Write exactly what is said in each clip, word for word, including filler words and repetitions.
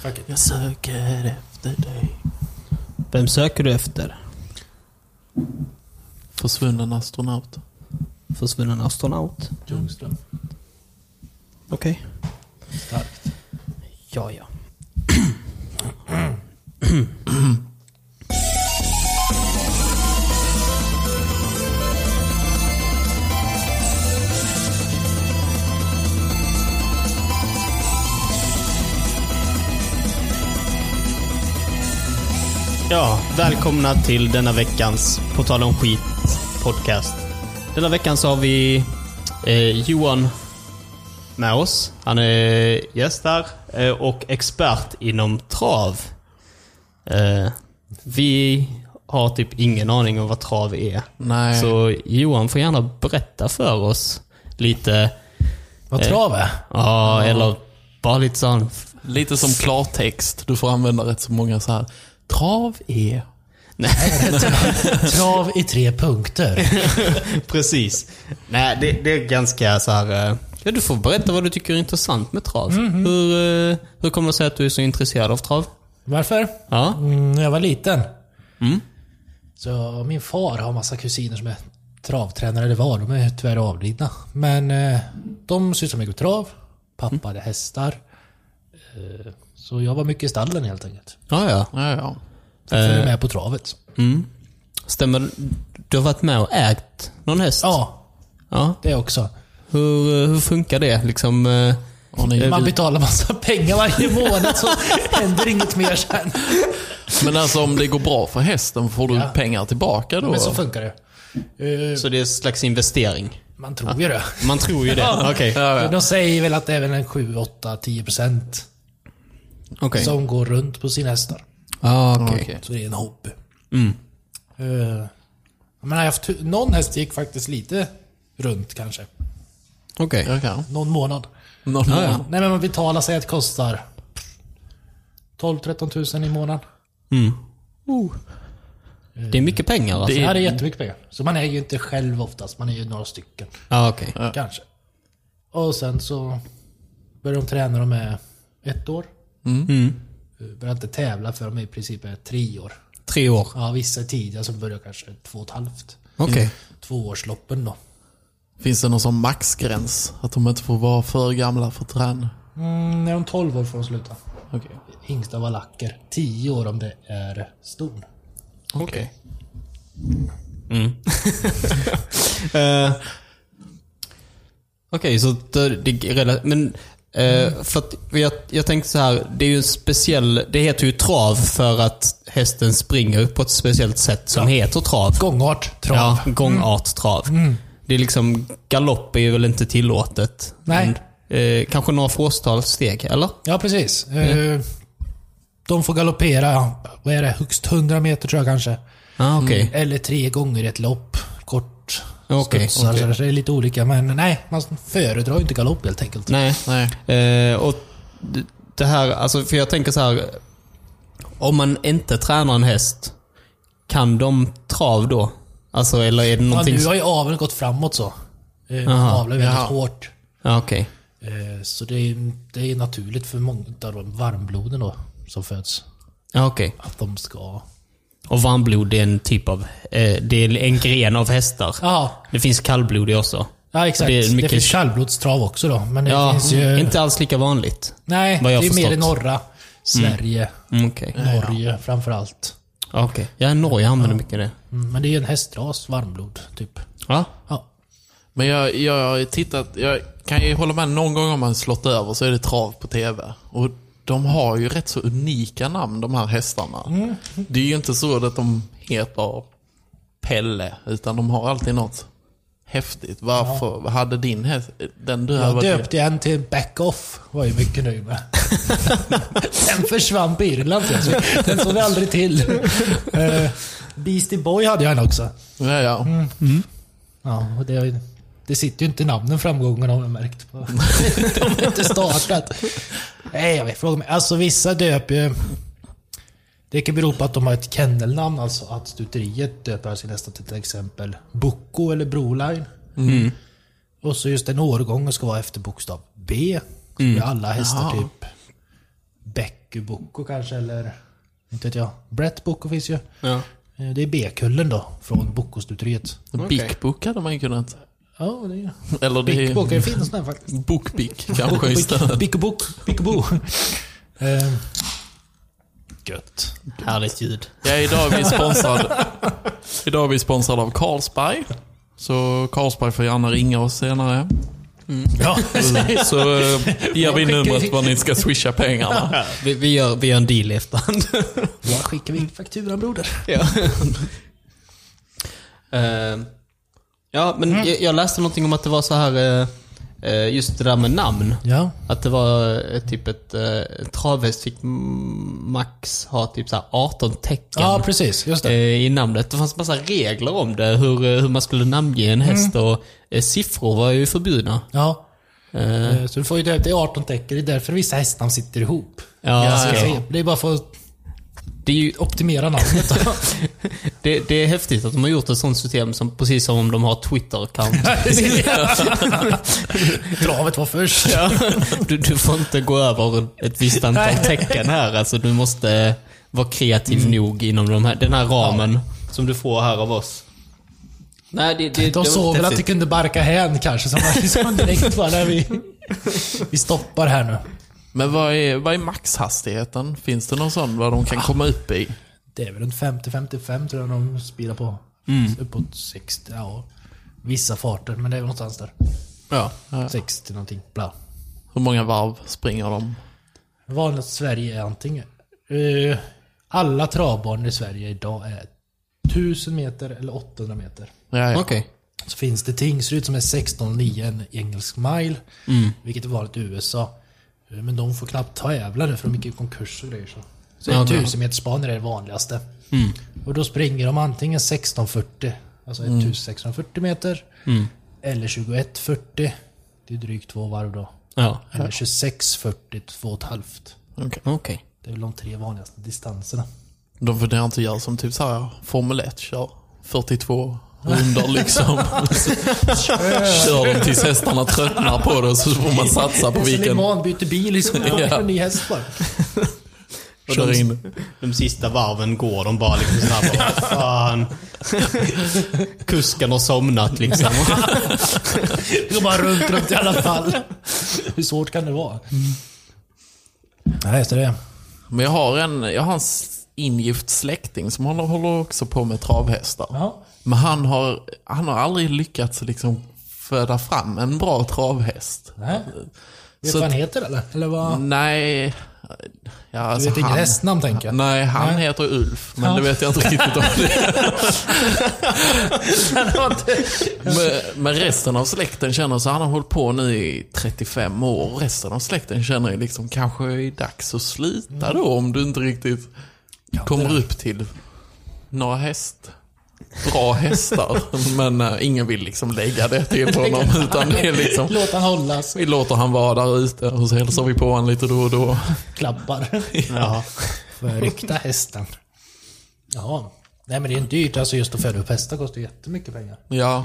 Fuck it. Jag söker efter dig. Vem söker du efter? Försvunnen astronaut. Försvunnen astronaut. Ljungström. Okej. Okay. Starkt. Ja, ja. Ja, välkomna till denna veckans På tal om skit podcast. Denna veckan så har vi eh, Johan med oss. Han är gäst här eh, och expert inom trav. Eh, vi har typ ingen aning om vad trav är. Nej. Så Johan får gärna berätta för oss lite. Vad trav är? Ja, eller bara lite sån. Lite som klartext. Du får använda rätt så många så här. Trav är... Nej. Trav i tre punkter. Precis. Nej, det, det är ganska så här. Ja, du får berätta vad du tycker är intressant med trav. Mm-hmm. Hur, hur kommer det sig att du är så intresserad av trav? Varför? Ja. Mm, när jag var liten. Mm. Så min far har massa kusiner som är travtränare. Det var, de är tyvärr avlidna. Men eh, de sysslar mycket med trav. Pappa mm. hade hästar. Eh, så jag var mycket i stallen helt enkelt. Ja, ja. Ja, ja. Så jag följde med på travet. Mm. Stämmer. Du har varit med och ägt någon häst? Ja, ja. Det också. Hur, hur funkar det? Liksom, eh, ni, man betalar massa pengar varje månad så händer inget mer sen. Men alltså om det går bra för hästen får du ja. pengar tillbaka då? Men så funkar det. Uh, så det är en slags investering? Man tror ja. ju det. Man tror ju det, okej. Okay. Ja, ja. De säger väl att det är väl en sju, åtta, tio procent okay. som går runt på sina hästar. Ah, okay. Okay. Så det är en hobby. Mm. Uh, men jag har haft, någon häst gick faktiskt lite runt kanske. Okej. Okay. Okay. Någon månad. Någon ja, månad. Ja. Nej, men man betalar sig att det kostar tolv till tretton tusen i månaden. Mm. Uh. Det är mycket pengar alltså. Det är, ja, det är jättemycket pengar. Så man är ju inte själv oftast. Man är ju några stycken. Ah, okej. Okay. Kanske. Och sen så börjar de träna dem med ett år. Mm. Mm. Börjar inte tävla för de är i princip är tre år. Tre år? Ja, vissa tidiga som börjar kanske två och ett halvt. Okej. Okay. Tvåårsloppen då. Finns det någon sån maxgräns? Att de inte får vara för gamla för träna? Mm, när de tolv år får de sluta. Okej. Okay. Yngsta var lacker. Tio år om det är ston. Okej. Okay. Mm. uh, Okej, okay, så det, det är relativt... Men uh, för att jag, jag tänkte så här, det är ju en speciell... Det heter ju trav för att hästen springer på ett speciellt sätt som ja. heter trav. Gångart, trav. Ja, gångart, trav. Mm. Det är liksom... Galopp är ju väl inte tillåtet. Nej. Men, uh, kanske några fårstallssteg, eller? Ja, precis. Mm. Uh, de får galoppera, vad är det, högst hundra meter tror jag kanske. Ah, okay. Mm. Eller tre gånger ett lopp. Kort okay, studsar. okay. Så det är lite olika. Men nej, man föredrar ju inte galopp helt enkelt. Nej, nej. Eh, och det här, alltså för jag tänker så här. Om man inte tränar en häst, kan de trav då? Alltså, eller är det någonting... Ja, nu har ju aveln gått framåt så. Eh, aveln är väldigt Jaha. hårt. Ja, okej. Okay. Eh, så det är, det är naturligt för många av de varmbloden då som föds. Ja, okej. Okay. Att de ska... Och varmblod är en typ av... Eh, det är en gren av hästar. Ja. Det finns kallblod också. Ja, exakt. Det, mycket... det finns kallblodstrav också då. Men det ja, finns ju... inte alls lika vanligt. Nej, det är förstått. Mer i norra Sverige. Mm. Mm, okay. Norge ja. framförallt. Okej. Okay. Ja, Norge använder ja. mycket det. Mm, men det är ju en hästras, varmblod, typ. Ja. Ja. Men jag, jag har tittat... Jag kan ju hålla med någon gång om man slått över så är det trav på tv. Och de har ju rätt så unika namn, de här hästarna. Mm. Det är ju inte så att de heter Pelle, utan de har alltid något häftigt. Varför ja. hade din häst... Den du jag döpte en till Back-Off, var ju mycket nöjd med. Den försvann på Irland. Den såg aldrig till. uh, Beastie Boy hade jag en också. Ja, ja. Mm. Mm. Ja, och det, det sitter ju inte i namnen framgången har jag märkt på. De har inte startat. Nej, jag vet, fråga mig. Alltså vissa döper ju... Det kan bero på att de har ett kennelnamn, alltså att stuteriet döper sin nästan till till exempel Boko eller Broline. Mm. Och så just en årgång ska vara efter bokstav B. Så mm. alla hästar Jaha. typ Becky Bocco kanske, eller inte vet jag. Brett Bocco finns ju. Ja. Det är B-kullen då, från Bocco-stuteriet. Okej. Big Book hade man ju kunnat. Ja, det är Eller det Big Bocco, det är finns den faktiskt. Bookbick kanske istället. Bicko Bock, Bicko Bo. Eh, Gött. Härligt ljud. Ja, idag är vi sponsrad. Idag är vi sponsrade av Carlsberg. Så Carlsberg får gärna ringa oss senare. Ja, Så eh, ger vi numret vad ni ska swisha pengarna. Ja, vi, vi, gör, vi gör en deal i efterhand. jag skickar vi fakturan, broder. Ja. uh, ja, men jag, jag läste någonting om att det var så här uh, uh, just det där med namn. Ja. Att det var uh, typ ett uh, travhäst fick max ha typ så här arton tecken Ja, precis. Just det. uh, i namnet. Det fanns massa regler om det, hur, uh, hur man skulle namnge en häst Mm. och uh, siffror var ju förbjudna. Ja. Uh, Eh, Så du får ju döpt till arton tecken. Det är därför vissa hästar sitter ihop. ja, Ja, okej. Så det är bara för att Det är ju optimera namnet. det, det är häftigt att de har gjort ett sånt system som precis som om de har Twitter-account. Travet var först. Ja. Du, du får inte gå över ett visst antal tecken här. Alltså, du måste vara kreativ Mm. nog inom de här, den här ramen som du får här av oss. Nej, det, det, De det var såg väl att det häftigt. kunde barka hän kanske. Som var liksom direkt bara, där vi, vi stoppar här nu. Men vad är, vad är maxhastigheten? Finns det någon sån vad de kan komma upp i? Det är väl runt femtio till femtiofem tror jag de spelar på. Uppåt sextio, ja. Vissa farter, men det är väl någonstans där. Ja. sextio någonting, bla. Hur många varv springer de? Vanligt Sverige är antingen... Uh, alla travbanor i Sverige idag är tusen meter eller åttahundra meter. Ja, ja. Okej. Så finns det Tingsryd som är sexton komma nio, en engelsk mile. Mm. Vilket är vanligt i U S A. Uh, Men de får knappt tävla nu för de gick i konkurs och grejer. Så, så en Okej. tusen meters span är det vanligaste. Mm. Och då springer de antingen sexton fyrtio, alltså sextonhundrafyrtio meter. Mm. Eller tjugoett fyrtio. Det är drygt två varv då. Ja. Eller tjugosex fyrtio, två och ett halvt. Okej. Okej. Det är väl de tre vanligaste distanserna. De funderar inte göra som typ så här Formel ett kör fyrtiotvå rundor liksom. Kör dem tills hästarna tröttnar på det, så får man satsa på vilken. Seliman byter bil liksom. Ja. Ja. En ny häst bara. Kör de, in. de sista varven går de bara liksom sådär bara, fan. Kusken har somnat liksom. Det går bara runt, runt i alla fall. Hur svårt kan det vara? Nej, så det. Men jag har en, jag har en ingift släkting som håller, håller också på med travhästar. Ja. Men han har, han har aldrig lyckats liksom föda fram en bra travhäst. Nej. Vet Så du vad att- han heter eller? Eller vad? Nej. Ja, Du alltså vet ingen han, hästnamn tänker jag. Nej, han Nej. heter Ulf. Men Ja. det vet jag inte riktigt om det. Han har inte... Men, men resten av släkten känner så han har hållit på nu i trettiofem år. Och resten av släkten känner ju liksom kanske är dags att sluta då om du inte riktigt kommer upp till några häst. Bra hästar. Men uh, ingen vill liksom lägga det till honom. Utan det är liksom, Låt han hållas. vi låter han vara där ute och så hälsar vi på han lite då och då. Klappar. Ja. Förryckta hästen. Jaha. Nej men det är inte dyrt. Alltså just att föda upp hästar kostar jättemycket pengar. Ja,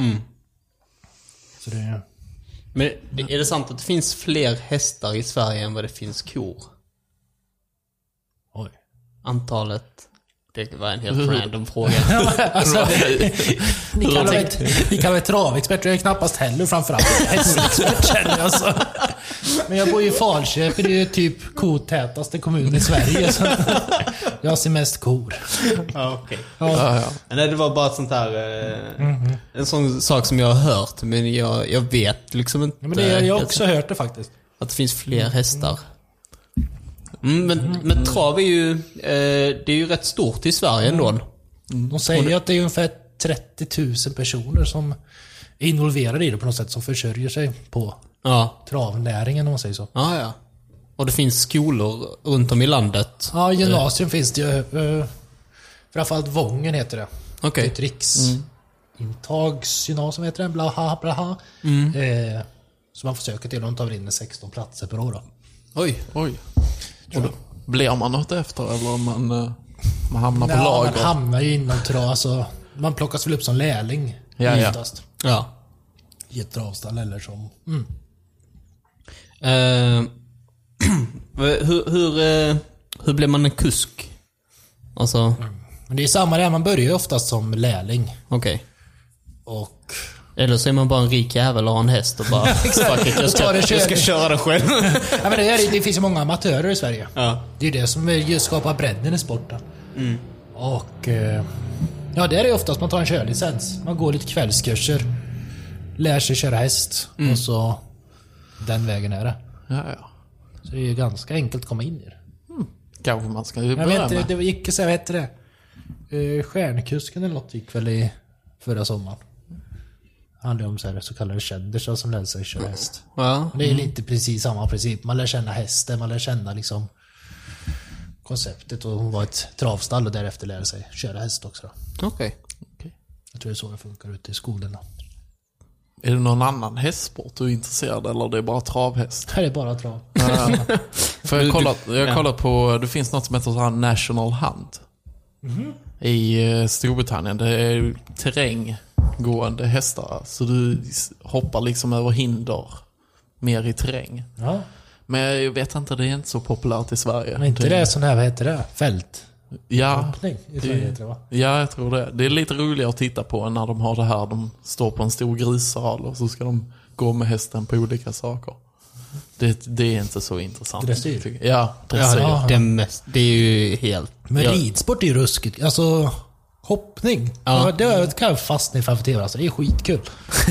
Så det är... Men är det sant att det finns fler hästar i Sverige än vad det finns kor? Oj. Antalet... Det var en helt random fråga. Alltså, ni kallar mig, ni kallar mig travexpert. Jag är knappast heller framförallt hästexpert känner jag så. Men jag bor ju i Falköping. Det är ju typ kotätaste kommun i Sverige. Så jag ser mest kor. Ja, okej. ja, ja. Nej, det var bara ett sånt här... Eh, En sån sak som jag har hört, men jag, jag vet liksom inte... Ja, men det, jag har också hört det faktiskt. Att det finns fler hästar. Mm, men, men trav är ju... Eh, det är ju rätt stort i Sverige ändå. De säger ju att det är ungefär trettio tusen personer som är involverade i det på något sätt. Som försörjer sig på Ja. travnäringen om man säger så. Ja, ja. Och det finns skolor runt om i landet. Ja, gymnasium finns det ju. Uh, framförallt Vången heter det. Okej. Det är ett riksintagsgymnasium heter det. Blaha, blaha. Eh, så man får söka till och de tar in sexton platser per år då. Oj. Oj. Och då blir man något efter eller man, eh, man hamnar på Ja, lager? man hamnar ju inom trav. Alltså, man plockas väl upp som lärling. Ja, ja. oftast. Ja. I ett travstall eller som... Mm. Eh, hur, hur, eh, hur blir man en kusk? Alltså... Men det är samma där, man börjar ju oftast som lärling. Okej. Okay. Och... Eller så är man bara en rik jävel och har en häst och bara... Fuck it, jag ska, jag ska köra det själv. Ja, men det, är, det finns ju många amatörer i Sverige. Ja. Det är det som just skapar bredden i sporten. Mm. Och... Eh, ja, det är det oftast man tar en körlicens. Man går lite kvällskurser. Lär sig köra häst. Mm. Och så... Den vägen är det. Ja, ja. Så det är ju ganska enkelt att komma in i det. Mm. Kanske man ska ju jag börja vet, med. Det gick så jag vet det. Uh, Stjärnkusken eller något gick väl i förra sommaren. Det handlar om så, här, så kallade kändisar som lär sig köra häst. Ja. Det är lite precis samma princip. Man lär känna hästen, man lär känna liksom konceptet, och hon var ett travstall och därefter lär sig köra häst också. Okej. Okay. Okay. Jag tror det är så det funkar ute i skolorna. Är det någon annan hästsport du är intresserad, eller det är bara travhäst? Det är bara trav. Ja. För jag har kollat, jag har kollat på, det finns något som heter så här National Hunt. Mm. I Storbritannien. Det är terränggående hästar. Så du hoppar liksom över hinder mer i terräng. Ja. Men jag vet inte, det är inte så populärt i Sverige. Men inte det är sån här, vad heter det? Fält? Ja, Hoppning i Sverige, heter det, va? Ja, jag tror det. Det är lite roligare att titta på när de har det här. De står på en stor grissal och så ska de gå med hästen på olika saker. Det, det är inte så intressant. Dressyr? Ja, dressyr. Ja, det, det, är mest, det är ju helt... Men ja. ridsport är ju ruskigt. Alltså, hoppning. Ja. Ja. Det kan jag fastna framför tv. Alltså, det är skitkul.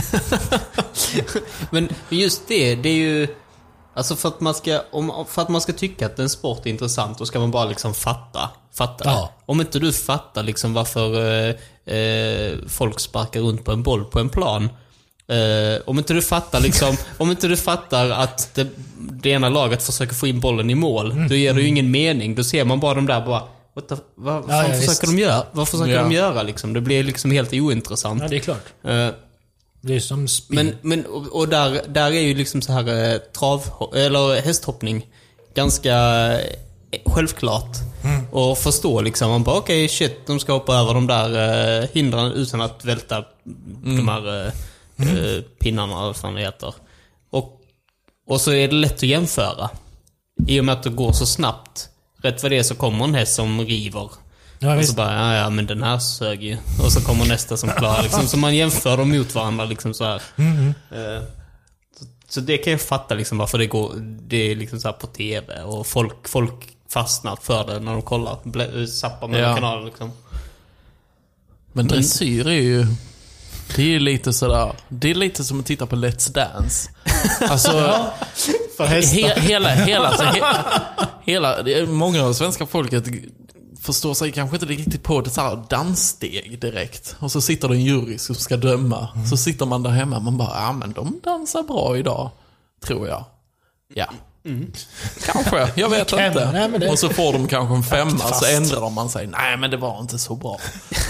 Men just det, det är ju... Alltså för att man ska, om, för att man ska tycka att en sport är intressant, då ska man bara liksom fatta. fatta. Ja. Om inte du fattar liksom varför eh, eh, folk sparkar runt på en boll på en plan. Eh, om inte du fattar liksom, om inte du fattar att det, det ena laget försöker få in bollen i mål, mm. då ger det ju ingen mening. Då ser man bara de där bara, what the, vad, vad ja, fan ja, försöker de göra? Vad försöker ja. de göra liksom? Det blir liksom helt ointressant. Ja, det är klart. Eh, Det är som spin. Men, men och, och där, där är ju liksom så här eh, trav eller hästhoppning ganska eh, självklart. Mm. Och förstå liksom, man bara okej, okay, shit, de ska hoppa över de där eh, hindren utan att välta mm. de här eh, mm. eh, pinnarna eller vad fan det heter. Och, och så är det lätt att jämföra. I och med att det går så snabbt. Rätt vad det är så kommer en häst som river. Ja, och så bara, ja, ja men den här sög ju. Och så kommer nästa som klarar liksom, så man jämför dem mot varandra liksom så här. Mm. Uh, så, så det kan jag fatta liksom varför det går, det är liksom så här på tv. Och folk, folk fastnar för det när de kollar, Blä, zappar med ja. kanalen liksom. Men dressyr är ju, det är ju lite sådär, det är lite som att titta på Let's Dance. Alltså ja, för he, hela, hela, alltså, he, hela, det är många av svenska folket förstår sig kanske inte riktigt på det så här danssteg direkt. Och så sitter det en jury som ska döma. Mm. Så sitter man där hemma och man bara, ja men de dansar bra idag, tror jag. Ja. Mm. Kanske, jag vet inte. Nej, det... Och så får de kanske en femma, så ändrar man sig. Nej, men det var inte så bra.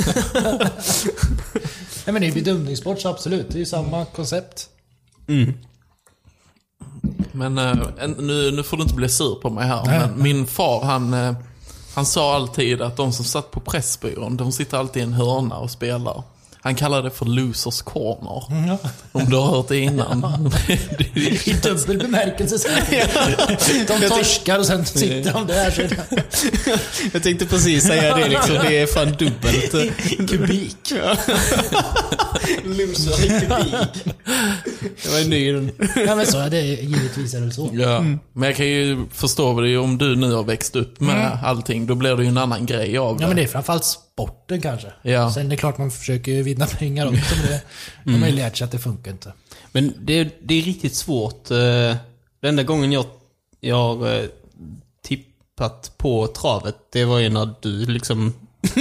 Nej, men det är bedömningssport, så absolut. Det är ju samma koncept. Mm. Men äh, nu, nu får du inte bli sur på mig här. Nej. Men min far, han... Äh, Han sa alltid att de som satt på Pressbyrån, de sitter alltid i en hörna och spelar. Han kallar det för losers corner. Mm. Om du har hört det innan. Ja. I dubbel bemärkelse. De torskar och sen sitter de där. Jag tänkte precis säga det. Liksom. Det är fan dubbelt. Kubik. Ja. Loser i kubik. Det var en ny. Ja, men så är det givetvis är det så. Ja. Mm. Men jag kan ju förstå det, om du nu har växt upp med mm. allting, då blir det ju en annan grej av det. Ja, men det är framförallt sporten kanske. Ja. Sen är det klart man försöker vinna pengar också, men det, mm. de har lärt sig att det funkar inte. Men det, det är riktigt svårt. Den enda gången jag, jag har tippat på travet, det var ju när du liksom...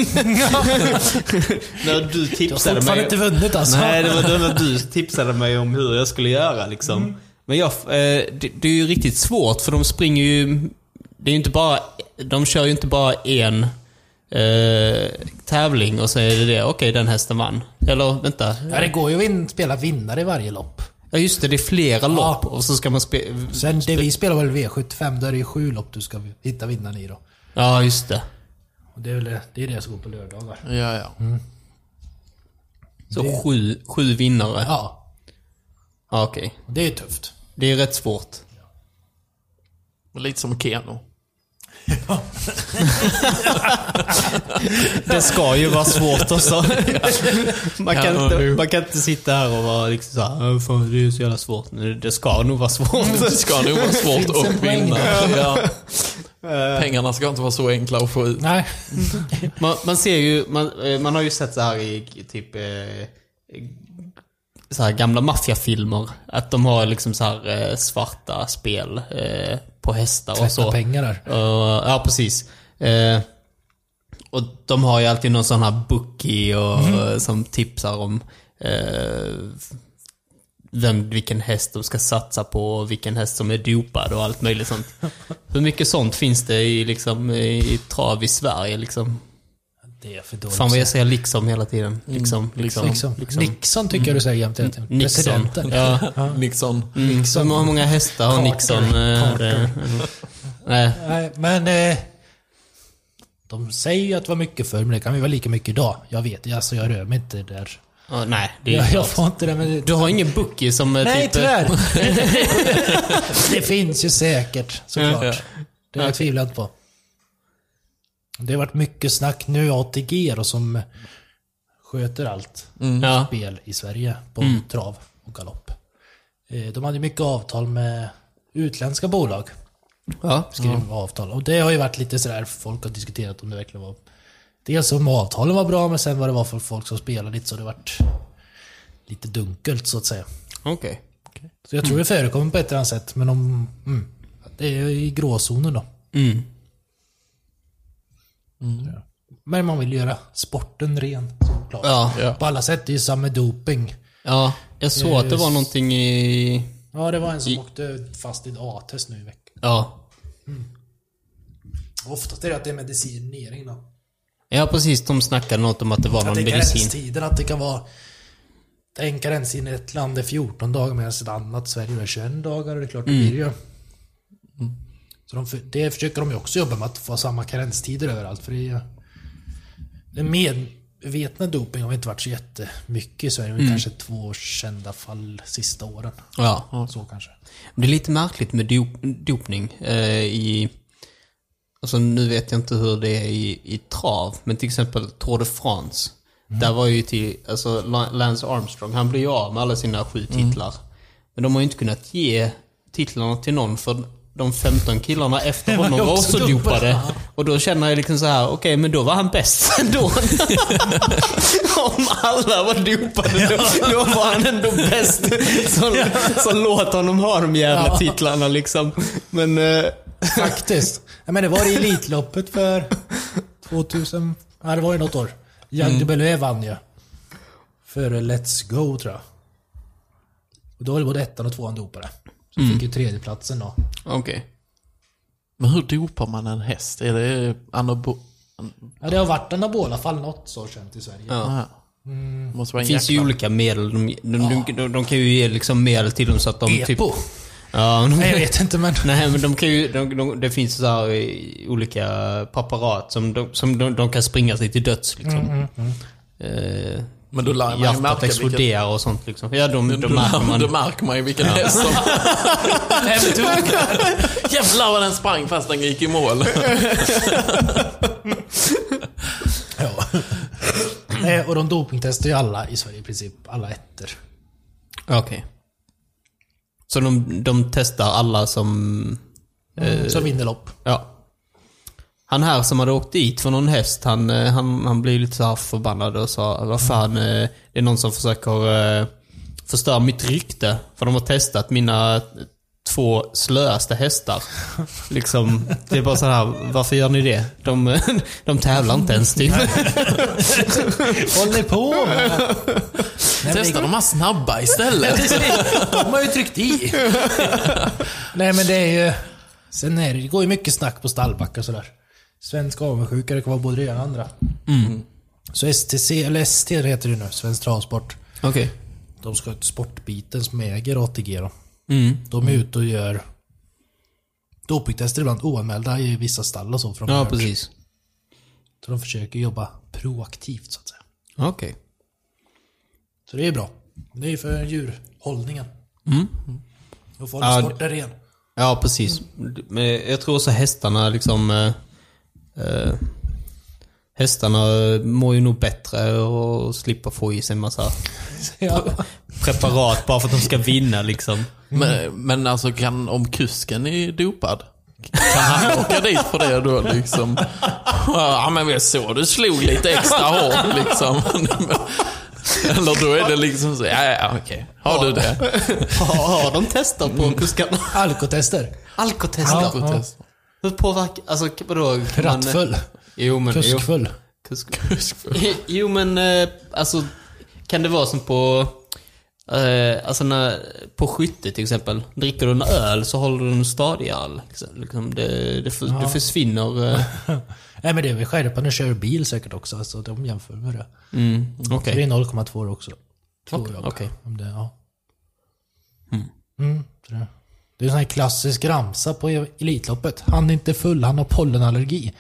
när du tipsade mig... inte vunnit alltså. Nej, det var då när du tipsade mig om hur jag skulle göra liksom. Mm. Men jag, det, det är ju riktigt svårt, för de springer ju... Det är ju inte bara... De kör ju inte bara en... Eh, tävling och så är det det, okej, okay, den hästen vann. Eller vänta. Ja, det går ju att vin- spela vinnare i varje lopp. Ja, just det, det är flera ja. lopp och så ska man spela. Sen det vi spelar väl V sjuttiofem, där är det ju sju lopp du ska hitta vinnaren i då. Ja, just det. Och det är väl det, det är det som går på lördagar. Ja, ja. Mm. Så det... sju, sju vinnare. Ja. Ja, okej. Okay. Det är tufft. Det är rätt svårt. Lite som Keno. Det ska ju vara svårt också. Man kan, inte, man kan inte sitta här och vara liksom så här, fan, det är så jävla svårt. Det ska nog vara svårt. Det ska nog vara svårt Finns en att poäng vinna. där. Ja. Pengarna ska inte vara så enkla att få ut. Nej. Man, man ser ju, man, man har ju sett så här i typ eh, så här gamla maffiafilmer att de har liksom så här eh, svarta spel eh, på hästar och Tvätta så. pengar där. Och, ja, precis. Eh, och de har ju alltid någon sån här bookie och, mm. som tipsar om eh, vem, vilken häst de ska satsa på och vilken häst som är dopad och allt möjligt sånt. Hur mycket sånt finns det i, liksom, i trav i Sverige liksom? Det är för dåligt. Fan vad jag säger liksom hela tiden. Liksom, Mm, liksom, liksom. liksom. Nixon tycker mm. du säger jämt hela tiden. Nixon. Presidenten. Ja. Nixon. Mm. Nixon. Hur många hästar har Nixon? Eh, det, nej. Nej, men eh, de säger ju att det var mycket förr, men det kan ju vara lika mycket idag. Jag vet, alltså jag rör mig inte där. Oh, nej, det är jag, klart. jag får inte det, men det, du har ingen bookie som nej, typ... tyvärr. Det finns ju säkert, såklart. Ja. Det har jag Okay. tvivlat på. Det har varit mycket snack nu, A T G då, som sköter allt Mm. Ja. spel i Sverige på Mm. trav och galopp. Eh, De hade mycket avtal med utländska bolag. Ja. Skrev Mm. avtal. Och det har ju varit lite sådär, folk har diskuterat om det verkligen var... Dels om avtalen var bra, men sen vad det var för folk som spelade lite, så det varit lite dunkelt så att säga. Okej. Okay. Så jag tror det förekommer på ett eller annat sätt, men om... Mm, det är ju i gråzonen då. Mm. Mm. Ja. Men man vill göra sporten ren, såklart. Ja. Ja. På alla sätt, det är ju samma doping. Ja, jag såg att det var någonting i... Ja, det var en som I- åkte fast i ett A-test nu i veckan. Ja. Oftast är det att det är medicinering då. Ja, precis. De snackade något om att det var Att någon det är medicin. karenstiden, att det kan vara... En karenstid i ett land är fjorton dagar, medan ett annat Sverige är tjugoett dagar. Och det är klart, det blir ju. Så de, det försöker de ju också jobba med, att få samma karenstider överallt. För det är den medvetna doping har inte varit så jättemycket i Sverige. Men kanske två kända fall sista åren. Ja. Så kanske. Det är lite märkligt med dop, dopning eh, i... Alltså nu vet jag inte hur det är i, i trav, men till exempel Tour de France. Mm. Där var ju till, alltså Lance Armstrong, han blev ju av med alla sina sju titlar. Mm. Men de har ju inte kunnat ge titlarna till någon, för de femton killarna efter honom var också dopade. Och då känner jag liksom så här: okej, okay, men då var han bäst ändå. Om alla var dopade, då, då var han ändå bäst. Så, så låt honom ha de jävla ja. titlarna liksom. Men... Eh, faktiskt. Ja, men det var i Elitloppet för tvåtusen... Ja, det var ju något år. Jan mm. Dubelé vann ju. För Let's Go, tror jag. Och då var det både ettan och tvåan dopade. Så mm. fick ju tredjeplatsen då. Okej. Okay. Men hur dopar man en häst? Är det anabo... Ja, det har varit anabola fall, något så känt i Sverige. Ja. Mm. Måste vara det finns ju olika medel. De, de, ja. de, de, de kan ju ge liksom medel till dem så att de Epo. typ... Ja, de, nej, jag vet inte, men... Nej, men de kan ju... De, de, det finns så här olika preparat som, de, som de, de kan springa sig till döds liksom. Mm, mm, mm. Eh, men då lär man ju hjärtat märka exploderar vilken... och sånt liksom. Ja, de, då, de märker man... Då märker man ju vilken ja. häst som... Jävlar vad den sprang fast den gick i mål. Ja. Och de dopingtestar ju alla i Sverige i princip. Alla ettor. Okej. Okay. Så de, de testar alla som... Mm, eh, som vinner lopp. Ja. Han här som hade åkt dit för någon häst, han, han, han blev lite så här förbannad och sa, vad fan, mm. det är någon som försöker förstöra mitt rykte. För de har testat mina två slöaste hästar. Liksom, det är bara så här, varför gör ni det? De, de tävlar inte ens typ. Håll ni på med? Testar de här snabba istället. De har ju tryckt i. Nej, men det är ju... Sen är det, det går ju mycket snack på stallbackar och sådär. Svensk avundsjuka, det kan vara både det ena och andra. Mm. Så S T C, eller S T heter det nu, Svensk Travsport. Okej. Okay. De ska ha sportbiten som äger A T G då. Mm. De är ute och gör dopingtester ibland oanmälda i vissa stall och så. För ja, precis. Så de försöker jobba proaktivt så att säga. Okej. Okay. Så det är bra. Det är för djurhållningen. Mm. Då får ja, sporten ren. Ja, precis. Men jag tror också hästarna liksom... Eh, eh, hästarna mår ju nog bättre och slippa få i sig en massa Ja. preparat bara för att de ska vinna liksom. Men, men alltså kan, om kusken är dopad, kan han åka dit för det då liksom? Ja, men vi så du slog lite extra hårt liksom. Eller då är det liksom så, ja, ja, okej. Har du det? Har, har de testat på kuskarna? Alkotester. Alkotester? Ja, Alkotester. Hur påverkar... Alltså, vadå? kan man- Rattfull. Jo, men... Kuskfull. Jo, kusk. Jo, men eh, alltså... Kan det vara som på... Eh, alltså när, på skytte till exempel. Dricker du en öl så håller du en stadig öl. Liksom, liksom det, det, för, Ja. det försvinner... Eh, Nej, men det är väl skärpa när du kör bil säkert också. Alltså, de jämför med det. mm, Så okej. det är noll komma två också. Tror Okej, jag. okej. Om det, ja. Mm. Mm, så det. Det är en sån här klassisk ramsa på Elitloppet. Han är inte full, han har pollenallergi.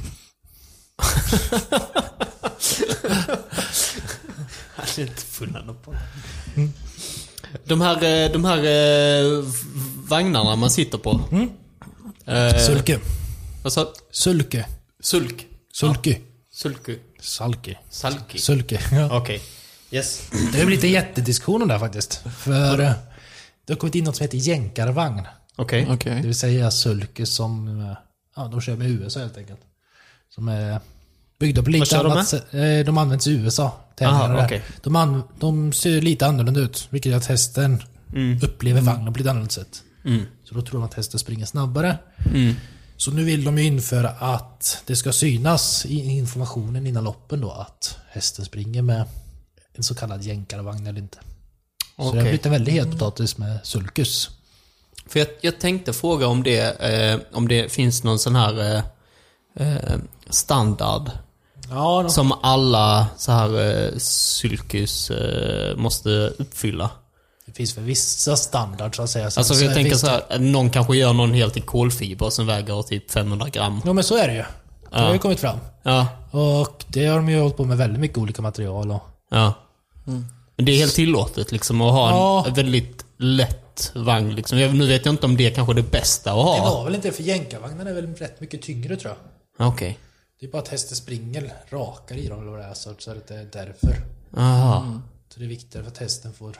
Han är inte full på. Mm. De här, eh, de här eh, vagnarna man sitter på. Mm. Eh, Sulke. Vad sa Sulke. Sulk. Sulke. Sulku. Salke. Salki. Sulke. Ja. Okej. Yes. Det har blivit en jättediskussion om det här faktiskt. För eh, det har kommit in något som heter jänkarvagn. Okej. Det Okej. vill säga sulke som eh, ja, de kör med U S A helt enkelt. Som är byggda på lite kör de annat sätt. Eh, De används i U S A. tävlingarna Aha, där. okej. De, an, de ser lite annorlunda ut. Vilket gör att hästen upplever vagnen på lite annorlunda sätt. Mm. Så då tror de att hästen springer snabbare. Mm. Så nu vill de ju införa att det ska synas i informationen innan loppen då att hästen springer med en så kallad jänkarvagn eller inte. Så det har Okej. blivit en väldigt het potatis med sulkus. För jag, jag tänkte fråga om det, eh, om det finns någon sån här eh, eh, standard Ja, de, som alla så här eh, sylkus eh, måste uppfylla. det finns för vissa standard så att säga. Sen Alltså så jag är tänker visst- så här, någon kanske gör någon helt i kolfiber som väger typ femhundra gram. Ja men så är det ju. Det har ju kommit fram. Ja, Och det har de ju hållit på med väldigt mycket olika material. Och, ja. Men det är helt tillåtet liksom att ha en Ja. väldigt lätt vagn liksom. Jag, nu vet jag inte om det är kanske det bästa att det ha. var väl inte för jänkarvagnen är väl rätt mycket tyngre tror jag. Okej. Det är bara att hästen springer rakare i dem eller vad det är. Så så är det därför. Aha. Så det är viktigare för att hästen får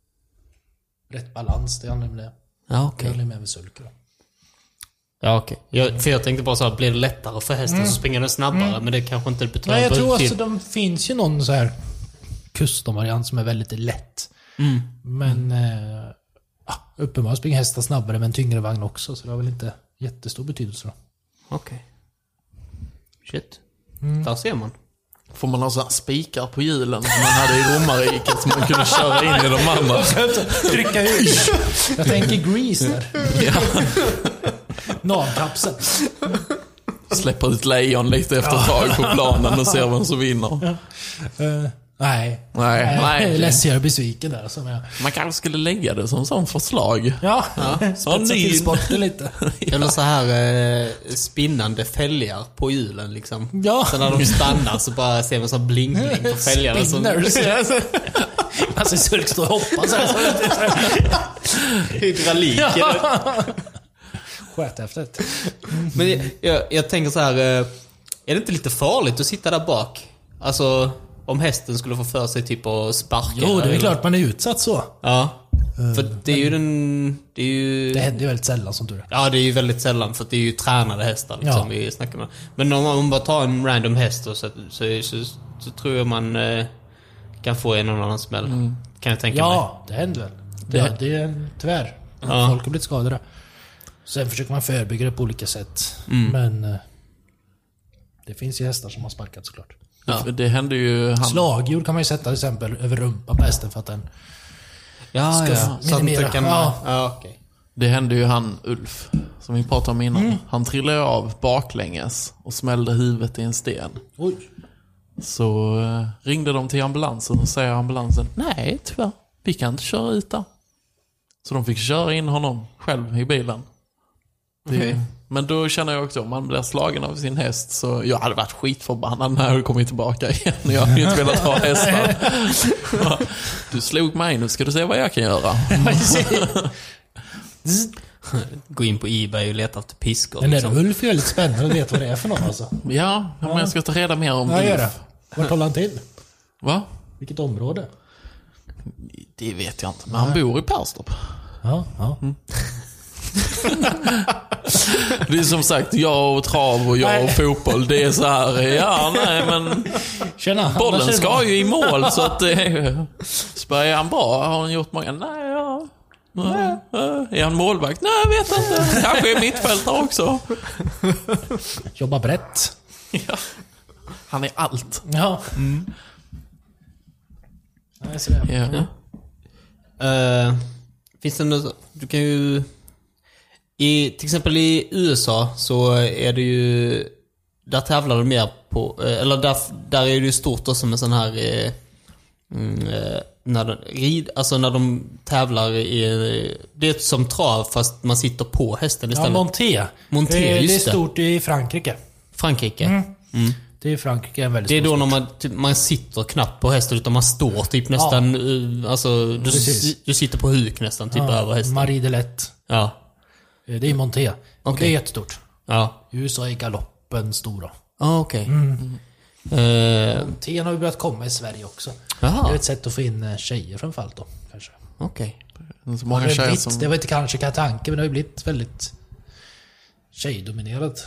rätt balans. Det handlar om det. Ja, Det okej. handlar med med sulker. Ja, okej. Jag, för jag tänkte bara så här, blir det lättare för hästen så springer den snabbare, men det kanske inte betyder Nej, jag tror till. alltså de finns ju någon så här custom-variant som är väldigt lätt. Mm. Men eh, ja, uppenbarligen springer hästar snabbare med en tyngre vagn också. Så det har väl inte jättestor betydelse då. Okej. Shit. Mm. Där ser man. Får man ha så här spikar på hjulen som man hade i romarriket som man kunde köra in i de andra? Trycka ut. Jag tänker Grease där. Ja. Navkapseln. Släpper ut lejon lite efter ett tag på planen och ser vem som vinner. Uh, nej. Nej, nej. Jag är ledsen, jag är besviken där. Som jag... Man kanske skulle lägga det som sån förslag. Ja, Ja, spetsa ny- till sporten lite. Eller så här eh, spinnande fälgar på hjulen liksom. Ja. Så när de stannar så bara ser man så här bling bling på fälgarna. Som... Spinners. Alltså sulk står och hoppar så här. Hydraulik. Skithäftigt. Men jag, jag, jag tänker så här, eh, är det inte lite farligt att sitta där bak? Alltså, om hästen skulle få för sig typ att sparka. Jo, det är eller- klart man är utsatt så. Ja. För det är ju den... Det är ju... Det händer ju väldigt sällan som tur är. Ja, det är ju väldigt sällan för det är ju tränade hästar liksom, Ja. vi snackar med. Men om man bara tar en random häst och så, så, så, så tror jag man eh, kan få en eller annan smäll. Kan jag tänka mig. Ja, det händer väl. Det, Det- det är tyvärr. Ja. Folk har blivit skadade. Sen försöker man förebygga det på olika sätt. Mm. Men eh, det finns ju hästar som har sparkat såklart. Ja. Det hände ju han... Slagdjur kan man ju sätta till exempel över rumpan på hästen för att den... Ja, Ska ja. Så att inte minimera. kan... Ja. Ja, okej. Det hände ju han Ulf, som vi pratade om innan. Han trillade av baklänges och smällde huvudet i en sten. Oj. Så eh, ringde de till ambulansen och säger ambulansen, nej tyvärr, vi kan inte köra ut där. Så de fick köra in honom själv i bilen. Det, Okej. Men då känner jag också, om man blir slagen av sin häst, så jag hade varit skitförbannad när jag kommit tillbaka igen. Jag hade ju inte velat ha hästar. Du slog mig, nu ska du se vad jag kan göra. Gå in på eBay och leta efter piskor. Den där liksom. Ulf är väldigt spännande att veta vad det är för någon alltså. Ja, men jag ska ta reda mer om Ja, gör det. Ulf. Vart håller han till? Va? Vilket område? Det vet jag inte, men han bor i Perstorp. Ja, ja. Mm. Det är som sagt, jag och trav och jag och fotboll. Det är så här, ja nej men Tjena, bollen Anders, ska ju i mål så att det är, så är han bra? Har han gjort många? Nej, ja. Nej. Är han målvakt? Nej, jag vet inte. Kanske är mittfältare också. Jobbar brett. Ja. Han är allt. Ja. Mm. Ja, så det. Ja. Uh, finns det något, du kan ju i, till exempel i U S A så är det ju, där tävlar de mer på, eller där, där är det ju stort också med sån här eh, mm, när de rid, alltså när de tävlar i, det är som trav fast man sitter på hästen istället. Ja, Monté. Monté, det, är, just det är det. stort i Frankrike. Frankrike. Mm. Mm. Det är Frankrike en väldigt Det är stor då sport. när man, typ, man sitter knappt på hästen utan man står typ nästan, ja. Alltså du, Precis. du sitter på huk nästan typ Ja, över hästen. Marie Delette. Ja. Det är Monté. Och Okej. det är jättestort. Ja. I U S A är galoppen stor då. Ah, okej. Mm. Eh, Monté har ju börjat komma i Sverige också. Jaha. Det är ett sätt att få in tjejer framförallt då, kanske. Okej. Så många det, har tjejer blivit, som... det var inte kanske kan tanke, men det har ju blivit väldigt tjejdominerat.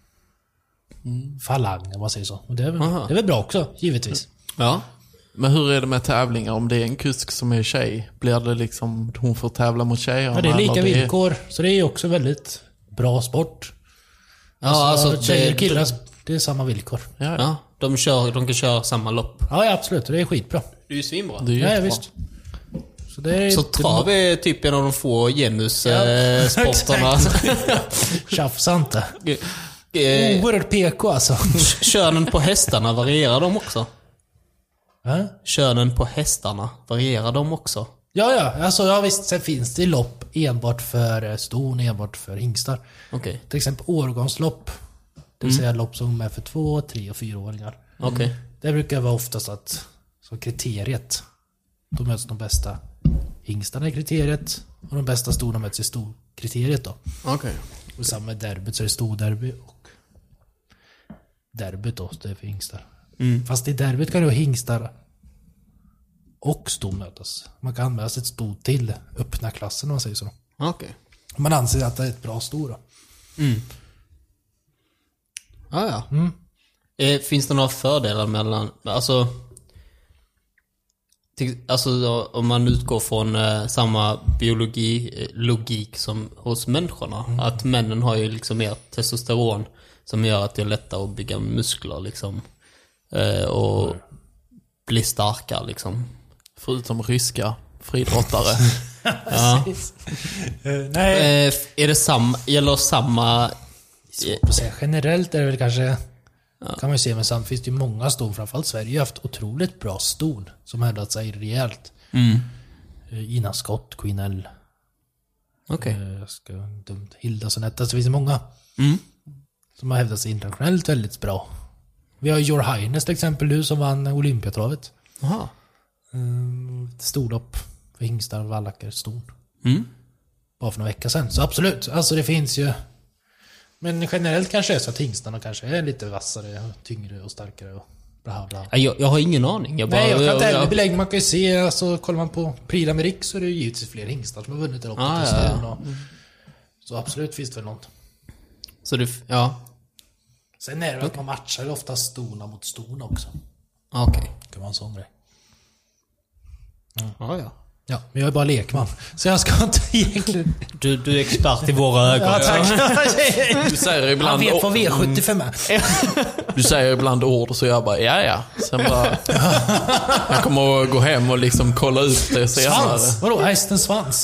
Mm. Falang, om man säger så. Och det är, väl, Aha. det är väl bra också, givetvis. Ja. Men hur är det med tävlingar? Om det är en kusk som är tjej, blir det liksom hon får tävla mot tjejer? Ja, det är lika eller villkor, så det är ju också väldigt bra sport. Ja, alltså, alltså tjejer det, och killar, det är samma villkor. Ja, ja. ja, de kör, de kan köra samma lopp. Ja, ja absolut. Det är skitbra. Det är ju svinbra. Det är ju Ja, ja, jättebra. visst. Så, det är Så trav är typ en av de få genussporterna. Eh, sporterna. Tjafsa inte. eh, Oerhört P K alltså. könen på hästarna, varierar de också? Ja, Könen på hästarna, varierar de också? ja, ja. Alltså, ja visst. Sen finns det lopp enbart för ston, enbart för hingstar. Okej. Till exempel årgångslopp. Det vill säga lopp som är för två, tre och fyraåringar. Okej. Det brukar vara oftast att som kriteriet. Då möts de bästa hingstarna i kriteriet. Och de bästa storna möts i storkriteriet då. Okej. Och samma med derbyt så är det storderby och derbyt då, det är för hingstar. Mm. Fast i derbyt kan det vara hingstar och ston mötas. Man kan använda ett sto till öppna klassen om man säger så. Okej. Man anser att det är ett bra sto då. Mm. Ah, ja. Mm. Eh, finns det några fördelar mellan, alltså, till, alltså om man utgår från eh, samma biologi, eh, logik som hos människorna, Mm. att männen har ju liksom mer testosteron som gör att det är lättare att bygga muskler liksom, eh, och mm. bli starka liksom. Förutom ryska friidrottare. Ja. Uh, nej. Eh, är det samma, gäller samma... Svårt att säga. Generellt är det väl kanske, ja. Kan man ju se, men samt finns det ju många ston, framförallt Sverige har haft otroligt bra ston som hävdat sig rejält. Mm. Uh, Ina Scott, Queen L. Okej. Uh, jag ska dumt. Hilda Sonetta, så finns det många Mm. som har hävdat sig internationellt väldigt bra. Vi har Your Highness till exempel nu som vann Olympiatravet. Aha. Uh, storlopp för hingstar, vallacker, ston. Mm. Bara för några veckor sedan. Så absolut, alltså det finns ju. Men generellt kanske är så att hingstarna kanske är lite vassare, tyngre och starkare och bla bla. Ja, Jag, jag har ingen aning. Jag bara, Nej, jag kan inte heller jag- belägga. Man kan ju se, alltså kollar man på Prix d'Amérique så är det ju givetvis fler hingstar som har vunnit det loppet. Ah, och ja, ja. ston och, så absolut finns det väl något. Så du, ja. Sen är det väl att man matchar ju ofta stona mot stona också. Okej. Det kan vara en sån grej. Ja, ja. Ja, men jag är bara lekman. Så jag ska inte egentligen... Du, du är expert i våra ögon. Ja, tack. Du säger Han ibland, vet vad V sjuttiofem är. du säger ibland ord och så jag bara, ja ja. Sen bara, jag kommer att gå hem och liksom kolla ut det senare. Svans? Vadå? Hästens svans?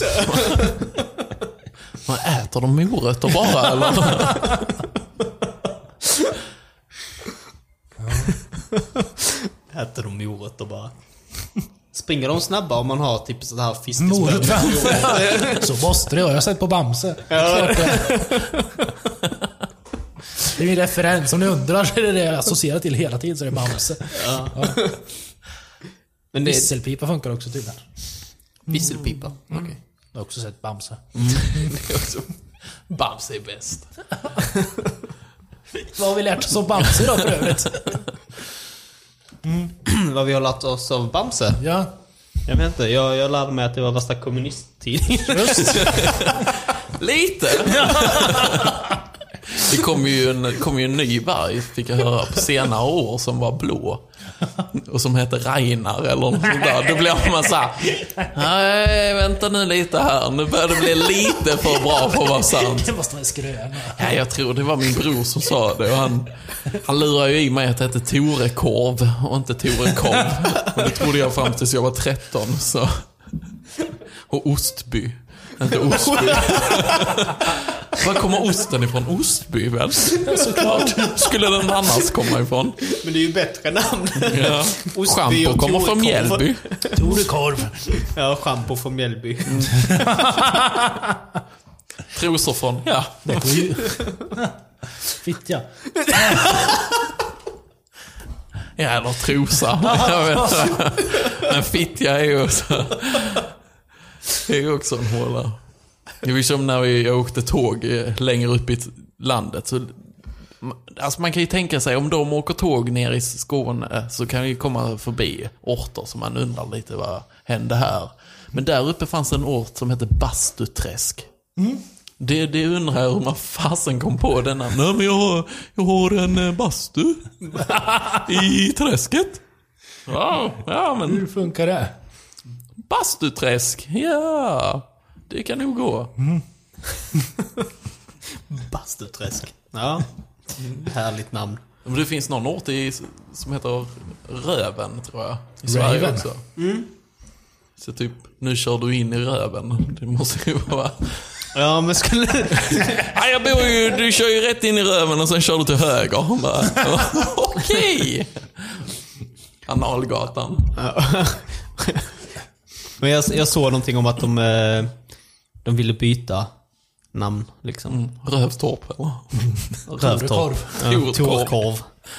Man äter de morötter bara eller? Äter de morötter bara. Springer de snabba om man har typ sådär här fiskespö? Morot framför. Så måste det vara. Jag har sett på Bamse. Klart det. Det är min referens. Om ni undrar så är det det jag associerar till hela tiden, så är det Bamse. Ja. Ja. Men det är Visselpipa funkar också tydligen. visselpipa. Okej. Jag har också sett Bamse. Mm. Bamse är bäst. Vad har vi lärt oss om Bamse då för övrigt? Mm. Vad vi har lärt oss av Bamse? Ja. Jag vet inte, jag, jag lärde mig att det var värsta kommunisttidning. Just. Lite. Det kom ju, en, kom ju en ny varg, fick jag höra, på senare år som var blå. Och som heter Ragnar eller något sånt där. Då blev man så här: nej, vänta nu lite här. Nu börjar det bli lite för bra för att vara sant. Det måste vara en skröna. Ja, jag tror det var min bror som sa det. Och han, han lurade ju i mig att det hette Tore Korv och inte Tore Korv. Och det trodde jag fram tills jag var tretton. Så. Och Ostby. Inte Ostby. Var kommer osten ifrån? Ostby väl? Såklart. Skulle den annars komma ifrån? Men det är ju bättre namn. Ja. Schampo kommer från Mjällby. Torekorv. Ja, schampo från Mjällby. Mm. Trosor från, ja. Det går ju. Fittja. Ja, eller trosa. Jag vet inte. Men fittja är ju också... Det är ju också en håla. Det var som när jag åkte tåg längre upp i landet. Så, alltså man kan ju tänka sig, om de åker tåg ner i Skåne så kan ju komma förbi orter som man undrar lite vad hände här. Men där uppe fanns en ort som heter Bastuträsk. Mm. Det, det undrar jag hur man fasen kom på denna. Nej, men jag har, jag har en bastu i träsket. Ja, ja, men... Hur funkar det? Bastuträsk, ja. Det kan nog gå. Mm. Bastuträsk. Ja. Mm. Härligt namn. Men det finns någon ort i, som heter Röven, tror jag. I Sverige Röven. också. Mm. Så typ, nu kör du in i Röven. Det måste ju vara... Ja, men skulle... Nej, jag bor ju... Du kör ju rätt in i Röven och sen kör du till höger. Okej. Analgatan. Men jag, jag såg någonting om att de, de ville byta namn, liksom. Mm. Rövstorp, eller? Rövtorp. Ja, Torkorv.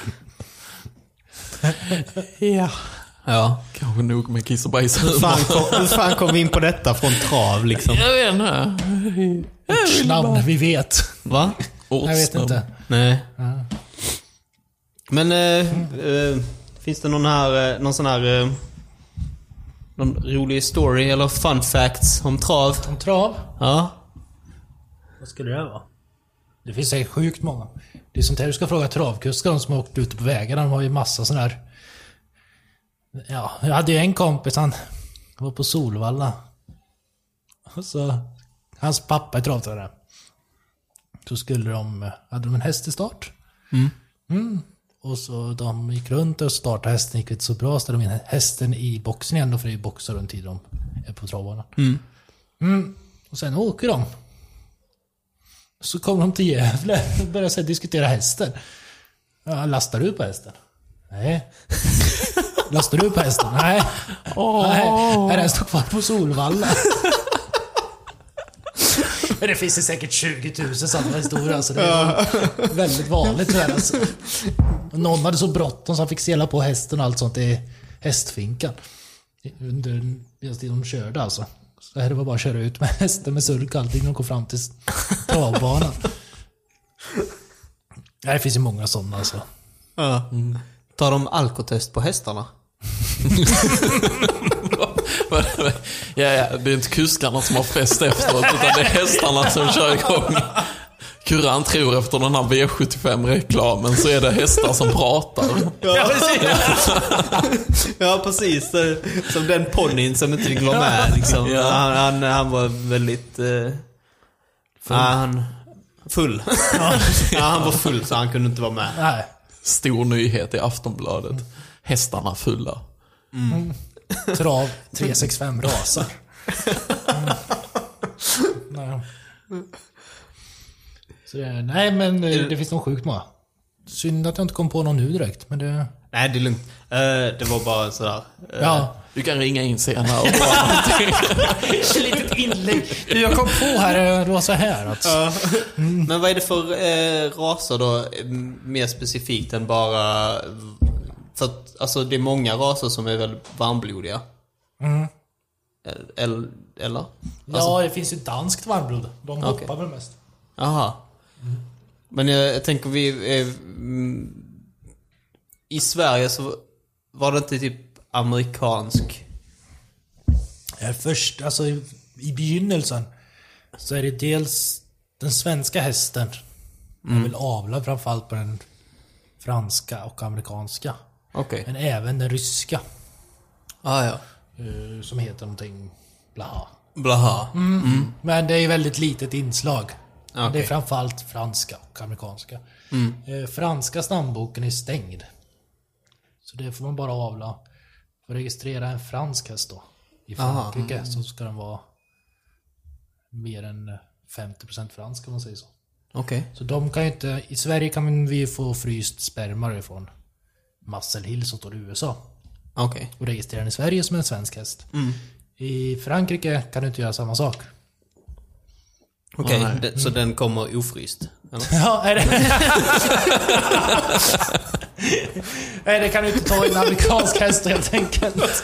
Ja. Ja. Kanske nog med kiss och bajs. Hur fan, kom, hur fan kom vi in på detta från trav, liksom? Jag vet inte. Ortsnamn, vi vet. Va? Jag vet inte. Nej. Ja. Men äh, äh, finns det någon här, äh, någon sån här... Äh, någon rolig story eller fun facts om trav? Om trav? Ja. Vad skulle det vara? Det finns säkert sjukt många. Det är sånt här du ska fråga travkuskar, de som har åkt ute på vägarna. De har ju massa sån här... Ja, jag hade ju en kompis, han var på Solvalla. Och så... Hans pappa är travtränare. Så skulle de... Hade de en häst i start? Mm. Mm. Och så de gick runt och startade hästen, gick inte så bra. Ställde de in hästen i boxen igen då, för det är boxar runt tid de är på travbanan. Mm. Mm. Och sen åker de. Så kommer de till Gävle och börjar så här diskutera hästen. Ja, lastar du på hästen? Nej. Lastar du på hästen? Nej. Oh. Nej. Är den står kvar på Solvalla? Men det finns ju säkert tjugo tusen sådana historier. Alltså det är väldigt vanligt tror jag. Alltså. Någon hade så bråttom så han fick sela på hästen och allt sånt i hästfinkan. Under de körde alltså. Så här det var bara att köra ut med hästen med sulk och allting. De kom fram till travbanan. Det finns ju många sådana alltså. Ja. Mm. Tar de alkotest på hästarna? Ja, ja, det är inte kuskarna som har fest efteråt, utan det är hästarna som kör igång. Kurran tror efter den här V sjuttiofem-reklamen så är det hästar som pratar. Ja, precis. Ja, precis. Som den ponnyn som inte fick vara med. Liksom. Ja. Han, han, han var väldigt... Uh, full. Han, full. Ja, han var full så han kunde inte vara med. Nej. Stor nyhet i Aftonbladet. Hästarna fulla. Mm. Trav tre sex fem rasar. Mm. Nej. Så det, nej, men det finns nog sjukt många. Synd att jag inte kom på någon nu direkt, men det... Nej, det är lugnt. Uh, det var bara sådär. Uh, ja. Du kan ringa in senare och bara ett litet inlägg. Du, jag kom på här, det var så här att... Ja. Mm. Men vad är det för eh, raser då, mer specifikt än bara... För att, alltså det är många raser som är väl varmblodiga. Mm. Eller? eller? Ja, alltså, det finns ju danskt varmblod. De hoppar okay. väl mest. Aha. Mm. Men jag, jag tänker vi... Eh, mm, i Sverige så var det inte typ amerikansk... Först, alltså i, i begynnelsen så är det dels den svenska hästen. Man mm. vill avla framförallt på den franska och amerikanska. Okay. Men även den ryska. Ah, ja. Uh, som heter någonting Blaha. Blaha. Mm. Mm. Men det är väldigt litet inslag. Okay. Det är framförallt franska och amerikanska. Mm. Uh, franska stamboken är stängd. Så det får man bara avla. För att registrera en fransk häst då. I Frankrike mm. så ska den vara mer än femtio procent fransk om man säger så. Okej. Okay. Så de kan ju inte... I Sverige kan vi få fryst spermar ifrån Muscle Hill som står i U S A. Okej. Okay. Och registrera den i Sverige som en svensk häst. Mm. I Frankrike kan du inte göra samma sak. Okej, okay. mm. Så den kommer ofryst? Eller? Ja, är det... Nej, det kan du inte ta i en amerikansk häst helt enkelt.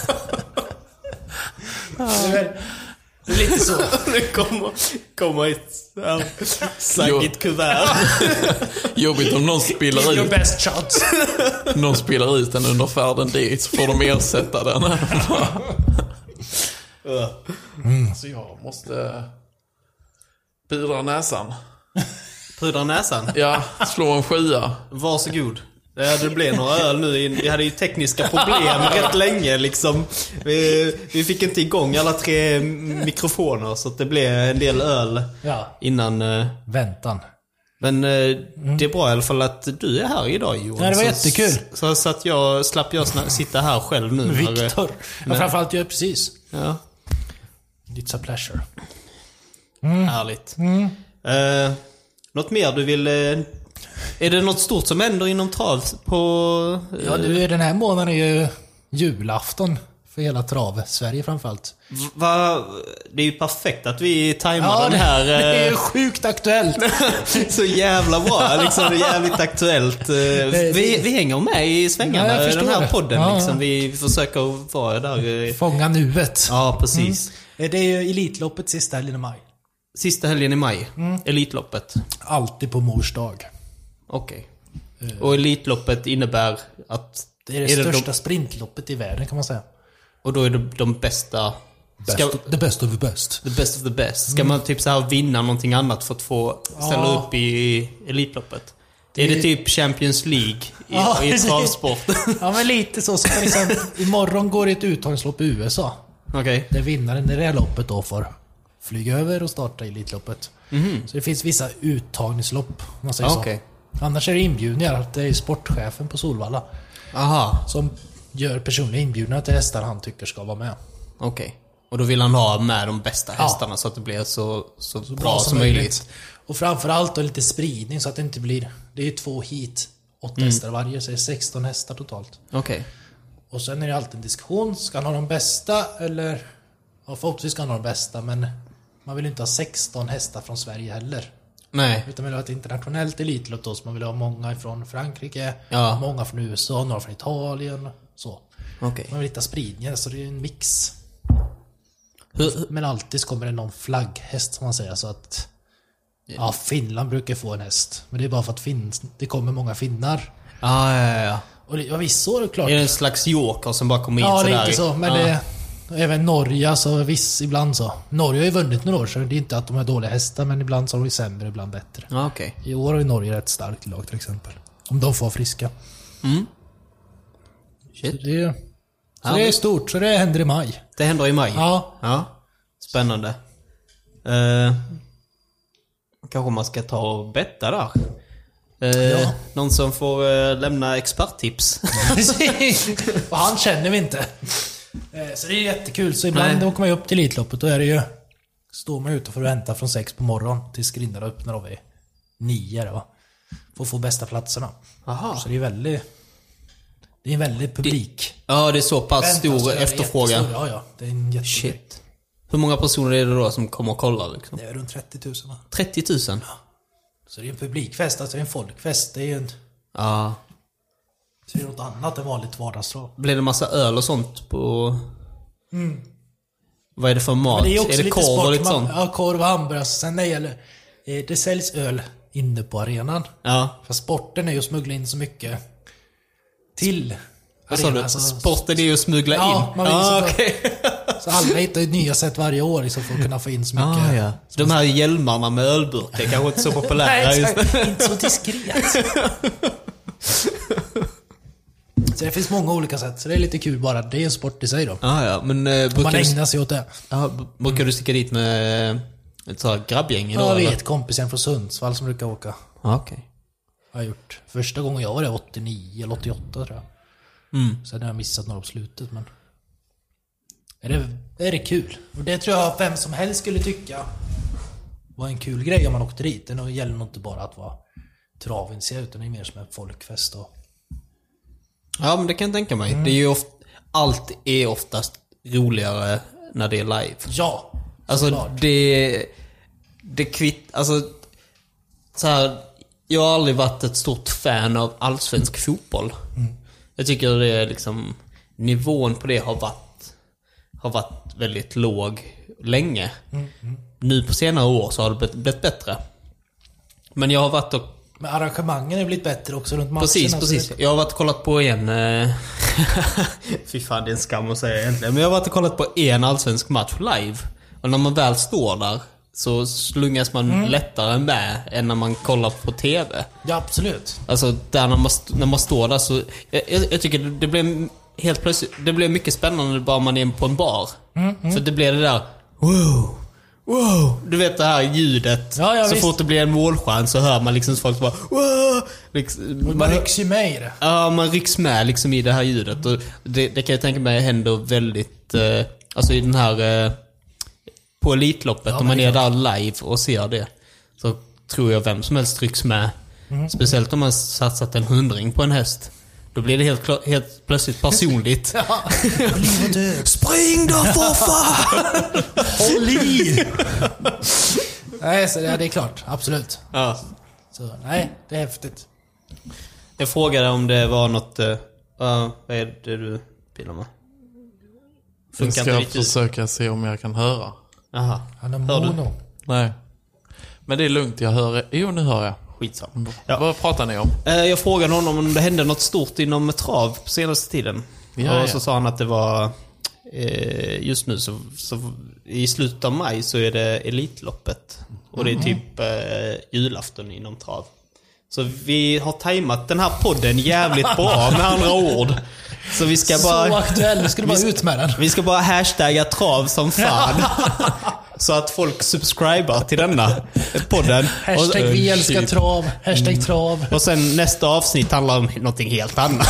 Det är, det är lite så. Det kommer, kommer ett slaggigt kuvert. Jobbigt om någon spelar Give ut. your best shot. Någon spelar ut den under färden dit så får de ersätta den. Mm. Så jag måste pudra näsan. Pudra näsan? Ja, slå en skya. Varsågod. Ja, det blev några öl nu. Vi hade ju tekniska problem rätt länge liksom. Vi, vi fick inte igång alla tre mikrofoner så att det blev en del öl ja. innan uh... väntan. Men uh, mm. det är bra i alla fall att du är här idag, Johan. Ja, det var så, jättekul. Så, så att jag slapp jag sna- sitta här själv nu. Viktor. Ja, framförallt gör precis. Ja. It's a pleasure. Mm. Härligt. Mm. Uh, något mer du vill... Uh, Är det något stort som händer inom trav på... Ja, du, den här månaden är ju julafton för hela trav, Sverige framförallt. Va? Det är ju perfekt att vi tajmar ja, den det, här... det är ju sjukt aktuellt. Så jävla bra, liksom, det är jävligt aktuellt. Vi, vi hänger med i svängarna i ja, den här det. podden. Ja, liksom. Vi försöker vara där. Fånga nuet. Ja, precis. Mm. Det är ju Elitloppet sista helgen i maj. Sista helgen i maj, mm. Elitloppet. Alltid på mors dag. Okej. Okay. Och Elitloppet innebär att... Det är det är största det de... sprintloppet i världen kan man säga. Och då är det de bästa... Ska... Best, the best of the best. The best of the best. Ska mm. man typ så här vinna någonting annat för att få ställa ja. upp i Elitloppet? Det... Är det typ Champions League i, ja, i travsport? Ja, men lite så. Så för exempel, imorgon går det ett uttagningslopp i U S A. Okej. Okay. Där vinnaren i det här loppet då får flyga över och starta Elitloppet. Mm. Så det finns vissa uttagningslopp, om man säger okay. så. Annars är det inbjudningar. Det är sportchefen på Solvalla. Aha. Som gör personliga inbjudningar till hästar han tycker ska vara med. Okej. Okay. Och då vill han ha med de bästa hästarna ja. så att det blir så, så, så bra, bra som möjligt. möjligt. Och framförallt då lite spridning så att det inte blir... Det är ju två hit, åtta mm. hästar varje, så det är sexton hästar totalt. Okej. Okay. Och sen är det alltid en diskussion. Ska han ha de bästa eller... Ja, förhoppningsvis ska han ha de bästa, men man vill inte ha sexton hästar från Sverige heller. Nej. Utan man vill ha ett internationellt elitlopp då, så man vill ha många från Frankrike, ja. många från U S A, några från Italien, så. Okay. Man vill hitta spridningen, så det är en mix. Hur? Men alltid kommer det någon flagghäst som man säger, så att ja, Finland brukar få en häst. Men det är bara för att fin- det kommer många finnar. Ah, ja, ja. Och det, ja, visst så är det klart. Det är en slags joker som bara kommer in ja, sådär. Ja, lite så, men ah. det även Norge, så viss ibland så. Norge har ju vunnit några år, så det är inte att de är dåliga hästar, men ibland så har de sämre, ibland bättre. Ah, okay. I år har ju Norge ett starkt lag till exempel. Om de får friska. Mm. Shit. Så, det, så det är stort, så det händer i maj. Det händer i maj? Ja. Ja. Spännande. Uh, kanske man ska ta och betta där. Uh, ja. Någon som får uh, lämna experttips. Och han känner vi inte. Så det är jättekul. Så ibland åker man ju upp till Elitloppet. Då är det ju... Står man ute för att vänta från sex på morgon tills grindarna öppnar av vid nio då. För att få bästa platserna. Aha. Så det är väldigt... Det är en väldigt publik. Det, ja, det är så pass vänta, stor så efterfrågan. Ja, ja. Det är en jättepublik. Shit. Hur många personer är det då som kommer och kollar liksom? Det är runt trettio tusen. trettio tusen? Ja. Så det är en publikfest. Alltså det är en folkfest. Det är en... Ja. Så det är något annat än vanligt vardagstrav. Blir det massa öl och sånt på... Mm. Vad är det för mat? Men det är, också är det lite korv sport, och lite man, sånt? Ja, korv och hamburgare. Sen när det gäller, eh, det säljs öl inne på arenan. Ja. För sporten är ju att smuggla in så mycket till Vad sa du? Alltså, Sporten är ju att smuggla in? Ja, man vill ah, så, okay. så alla hittar ju nya sätt varje år liksom, för att kunna få in så mycket. Ah, ja. De här hjälmarna med ölburk är kanske inte så populära. Nej, just exakt. Inte så diskret. Så det finns många olika sätt. Så det är lite kul bara. Det är en sport i sig då. Ah, ja. Men, eh, man brukar, ägnar du, sig åt det. ah, brukar du sticka dit med eh, ett så här grabbgäng? Ja, vi är ett kompisen från Sundsvall som brukar åka. Ah, okay. Jag har gjort. Första gången jag var där åttionio eller åttioåtta tror jag. Mm. Sen har jag missat några på slutet, men är det, är det kul. Och det tror jag vem som helst skulle tycka var en kul grej om man åkte dit. Det gäller nog inte bara att vara travintresserad, utan det är mer som en folkfest. Och... Ja, men det kan jag tänka mig. Mm. Det är ju ofta, allt är oftast roligare när det är live. Ja, alltså klart. det det kvitt, alltså så här, jag har aldrig varit ett stort fan av allsvensk fotboll. Mm. Jag tycker det är liksom nivån på det har varit har varit väldigt låg länge. Mm. Mm. Nu på senare år så har det blivit bättre. Men jag har varit och men arrangemangen är blivit bättre också runt matcherna. Precis, precis. Jag har varit och kollat på en eh... fy fan, det är en skam att säga egentligen. Men jag har varit och kollat på en allsvensk match live. Och när man väl står där så slungas man mm. lättare med än när man kollar på tv. Ja, absolut. Alltså där när man, när man står där så jag, jag, jag tycker det blir helt plötsligt det blir mycket spännande bara man är på en bar. Mm, mm. För det blir det där wow. Wow, du vet det här ljudet. Ja, ja, så visst. fort det blir en målchans så hör man liksom folk bara wow. Liksom, man, man rycks ju med i det. Ja, man rycks med liksom i det här ljudet. Och det, det kan jag tänka mig händer väldigt eh, alltså i den här eh, på Elitloppet, ja, om man är där live och ser det, så tror jag vem som helst rycks med. Mm. Speciellt om man satsat en hundring på en häst. Då blir det helt, helt plötsligt personligt. Ja, spring då för fan! Håll i! Nej, så det, det är klart. Absolut. Ja. Så, nej, det är häftigt. Jag frågade om det var något... Uh, vad är det du pillar med? Funkar ska jag försöka ut? Se om jag kan höra. Aha. Han har mono. Nej. Men det är lugnt, jag hör... Jo, nu hör jag. Skitsamma. Ja. Vad pratar ni om? Jag frågade honom om det hände något stort inom trav på senaste tiden. Ja, och så ja. sa han att det var just nu så, så i slutet av maj så är det Elitloppet. Och det är typ eh, julafton inom trav. Så vi har tajmat den här podden jävligt bra med andra ord. Så vi ska bara... Så aktuell, nu ska du bara ut med den. Vi ska bara hashtagga trav som fan. Så att folk subscriber till denna podden. Hashtag och, vi älskar shit. trav. Hashtag mm. trav. Och sen nästa avsnitt handlar om någonting helt annat.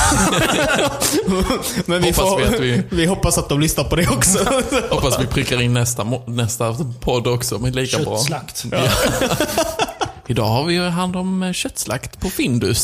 Men vi, hoppas får, vi, att vi... vi hoppas att de lyssnar på det också. Hoppas vi prickar in nästa, nästa podd också. Men lika bra. Köttslakt. Ja. Idag har vi hand om köttslakt på Findus.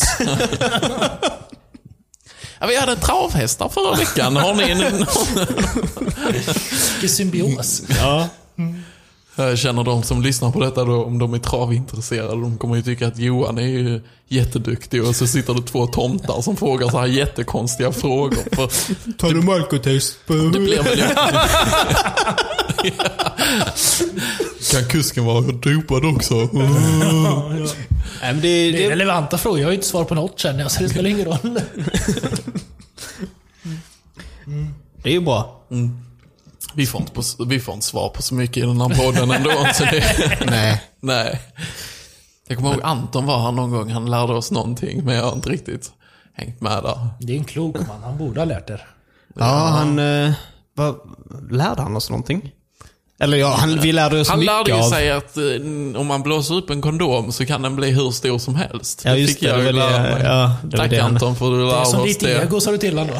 Ja, vi hade travhästar förra veckan. Har ni en... Vilken symbios. Ja. Mm. Jag känner de som lyssnar på detta då, om de är travintresserade, de kommer ju tycka att Johan är ju jätteduktig och så sitter det två tomtar som frågar så här jättekonstiga frågor. För tar du malkotest? Det blir väl inte. Ja. Kan kusken vara dopad också? Ja, ja. Nej, men det, det är relevanta frågor. Jag har ju inte svar på något, känner jag, så det spelar ingen roll. Mm. Det är ju bra. Mm. Vi får, inte på, vi får inte svar på så mycket i den här podden ändå. Så det, nej. nej. Jag kommer ihåg Anton var här någon gång. Han lärde oss någonting, men jag har inte riktigt hängt med där. Det är en klok man. Han borde ha lärt er. Ja, han... Eh, vad, lärde han oss någonting? Eller ja, han, vi lärde oss han mycket av... Han lärde ju sig att eh, om man blåser upp en kondom så kan den bli hur stor som helst. Ja, just det. Det, det, det ja, det Tack det Anton för att du lärde oss det. Det är som ditt ego, sa du till han då.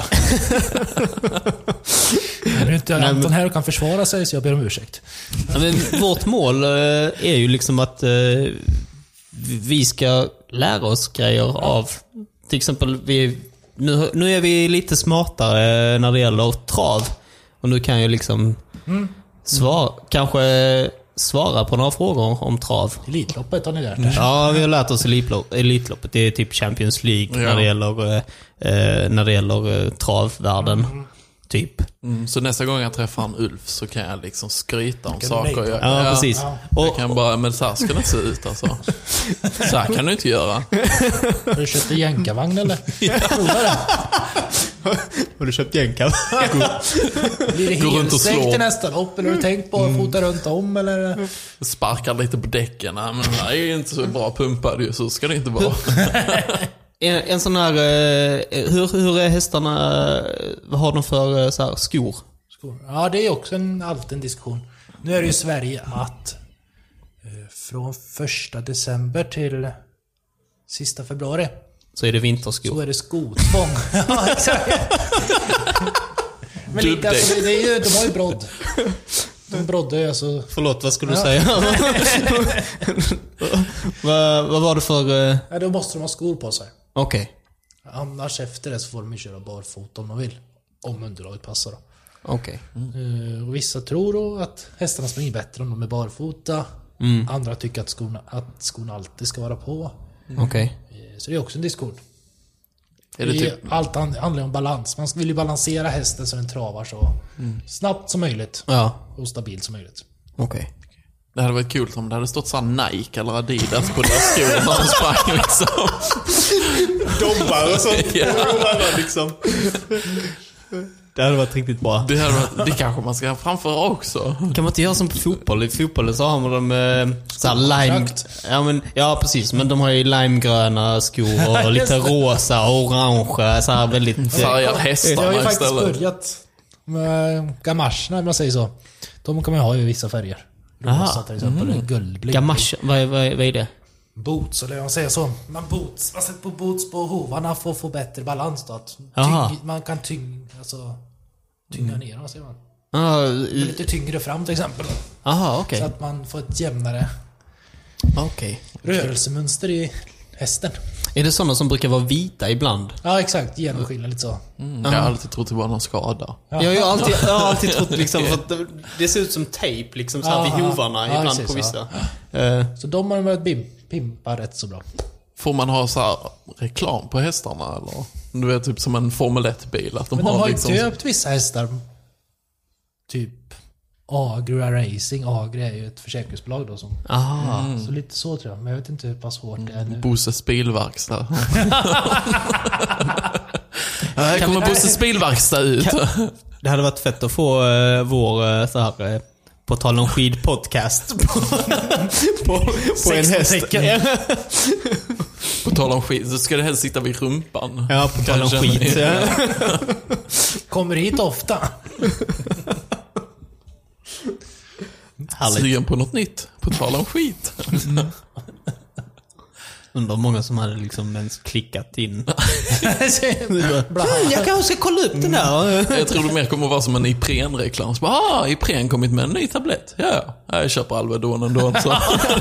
Nu är inte Anton här och kan försvara sig, så jag ber om ursäkt. Ja, men vårt mål eh, är ju liksom att eh, vi ska lära oss grejer ja. av... Till exempel, vi, nu, nu är vi lite smartare när det gäller trav. Och nu kan jag liksom... Mm. Svara, mm. kanske svara på några frågor om trav. Elitloppet har ni lärt er. Ja, vi har lärt oss elitlopp, Elitloppet. Det är typ Champions League ja. när det gäller, eh, när det gäller eh, travvärlden. Typ. Mm, så nästa gång jag träffar en Ulf så kan jag liksom skryta om saker. Jag, ja, jag, precis. Ja. Och, jag kan bara, men så här ska det inte se ut alltså. Så här kan du inte göra. Har du köpt en jänkarvagn eller? Ja. Har du köpt jänkarvagn? Blir det helstängt till nästa lopp? Eller har du tänkt på att mm. fota runt om? Eller? Sparkar lite på däcken. Men det är ju inte så bra pumpad ju, så ska det inte vara. En, en sån här, hur, hur är hästarna, vad har de för så här, skor? skor? Ja, det är också en, alltid en diskussion. Nu är det ju i Sverige att eh, från första december till sista februari så är det vinterskor. Så är det skotvång. Ja, exakt. Men lite, alltså, det är ju, de har ju brodd. De brodde ju alltså... Förlåt, vad skulle du ja. säga? vad, vad var det för... Uh... Ja, då måste de ha skor på sig. Okej. Okay. Annars efter det så får de ju köra barfota om de vill. Om underlaget passar då. Okej. Okay. Mm. Och vissa tror då att hästarna springer bättre om de är barfota. Mm. Andra tycker att skorna, att skorna alltid ska vara på. Mm. Okej. Okay. Så det är också en diskussion. Är det typ... Allt handlar om balans. Man vill ju balansera hästen så den travar så mm. snabbt som möjligt. Ja. Och stabilt som möjligt. Okej. Okay. Det hade varit kul om det hade stått så Nike eller Adidas på deras skor när de sprang liksom. Dobbar och sånt. Ja. liksom. Det hade varit riktigt bra. Det, hade varit, det kanske man ska framföra också. Kan man inte göra som på fotboll? I fotbollen så har man de eh, så här lime... Ja, men, ja, precis. Men de har ju limegröna skor och lite rosa och orange. Så här väldigt... Färgar hästarna Jag har ju faktiskt istället. börjat med gamacherna, om man säger så. De kan man ha i vissa färger. Rosa till exempel, mm. guldblick. Gamache, vad är, vad, är, vad är det? Boots, eller jag säger så. Man boots, man sätter på boots på hovarna för att få bättre balans då. Att tyng, man kan tyng, alltså, tynga ner, vad säger man? Ah, i... Lite tyngre fram till exempel. Aha, okej. Okay. Så att man får ett jämnare okay. rörelsemönster i hästen. Är det sådana som brukar vara vita ibland? Ja, exakt. Genomskinliga lite så. Mm, jag har alltid trott det var någon skada. Ja. Jag, har alltid, jag har alltid trott liksom, för att det, det ser ut som tejp liksom, så här vid hovarna ja, ibland precis, på vissa. Ja. Uh. Så de har börjat bim, pimpa rätt så bra. Får man ha så här reklam på hästarna eller? Du vet, typ som en Formel ett-bil. Att de Men de har, har ju liksom... döpt vissa hästar. Typ Agria Racing. Agria är ju ett försäkringsbolag då som... Aha. Mm. Så lite så tror jag. Men jag vet inte hur pass hårt det är nu. Bosses bilverkstad. Här kommer Bosses bilverkstad ut. Kan... Det hade varit fett att få uh, vår uh, så här... Uh, på tal om skidpodcast på, på, på en häst. På tal om skid så ska det helst sitta vid rumpan. Ja, på tal om skid. Ja. Kommer hit ofta. Sugen på något nytt. På tal om skit. Mm. Undrar många som hade liksom ens klickat in. Jag kanske ska kolla upp den där. Jag tror det mer kommer att vara som en Ipren-reklam. Så bara, ah, Ipren kommit med en ny tablett. Ja, ja. Jag köper Alvedon ändå. Så.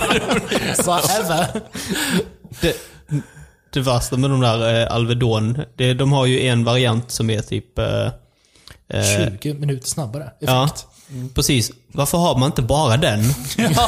det, det värsta med de där eh, Alvedon, det, de har ju en variant som är typ... Eh, tjugo minuter snabbare effekt. Ja. Mm. Precis. Varför har man inte bara den? Ja,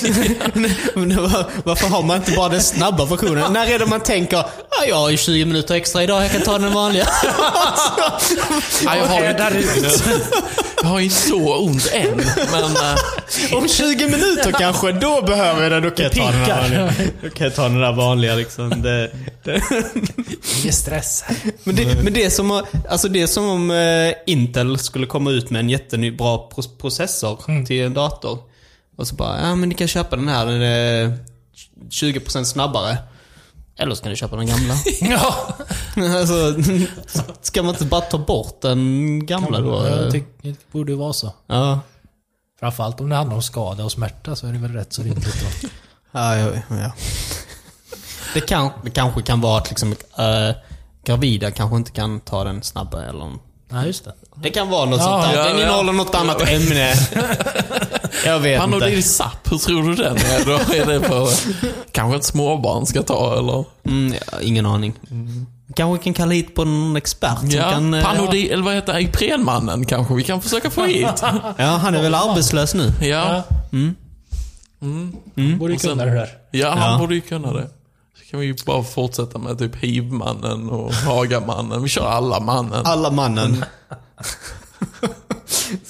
varför har man inte bara den snabba versionen? När redan man tänker, ah, jag har ju tjugo minuter extra idag, jag kan ta den vanliga. Ja, jag har ju där ut. Jag har ju så ont än, men uh, om tjugo minuter kanske, då behöver jag den. Då kan jag ta den där vanliga. Då kan jag ta den där vanliga liksom. Det, det. det är stress. Men det, men det är som alltså det är som om uh, Intel skulle komma ut med en jättebra processor mm. till en dator. Och så bara, ja men ni kan köpa den här, den är tjugo procent snabbare. Eller så kan du köpa den gamla. Ja. Alltså, ska man inte bara ta bort den gamla då? Jag tycker det borde vara så. Ja. Framförallt om det handlar om skada och smärta så är det väl rätt så rimligt då. Ja, ja, ja. Det, kan, det kanske kan vara att liksom, äh, gravida kanske inte kan ta den snabbare eller... Nej, just det. Det kan vara något ja, sånt där. Ja, den innehåller ja. något annat ämne. Jag vet Han inte. Han har sapp. Hur tror du den är då? Är det för kanske ett småbarn ska ta eller? Mm, ja, ingen aning. Mm. Kanske kan kalla hit på någon expert som ja, kan Panodi, ja. eller vad heter Iprenmannen kanske vi kan försöka få hit. Ja, han är väl arbetslös nu. Ja. Mm. Mm. Mm. Borde ju kunna det där. Ja, han ja. borde ju kunna det. Så kan vi ju bara fortsätta med typ Hivmannen och Hagamannen. Vi kör alla mannen. Alla mannen.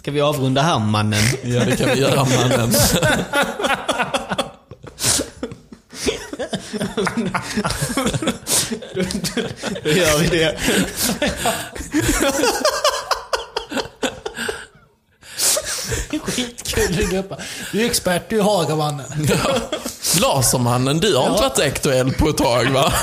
Ska vi avrunda här, mannen? Ja, det kan vi göra, mannen. Då gör vi det. Skitkul att du är expert, du är Hagamannen. Ja. Lasermannen, du har inte varit aktuell på ett tag, va?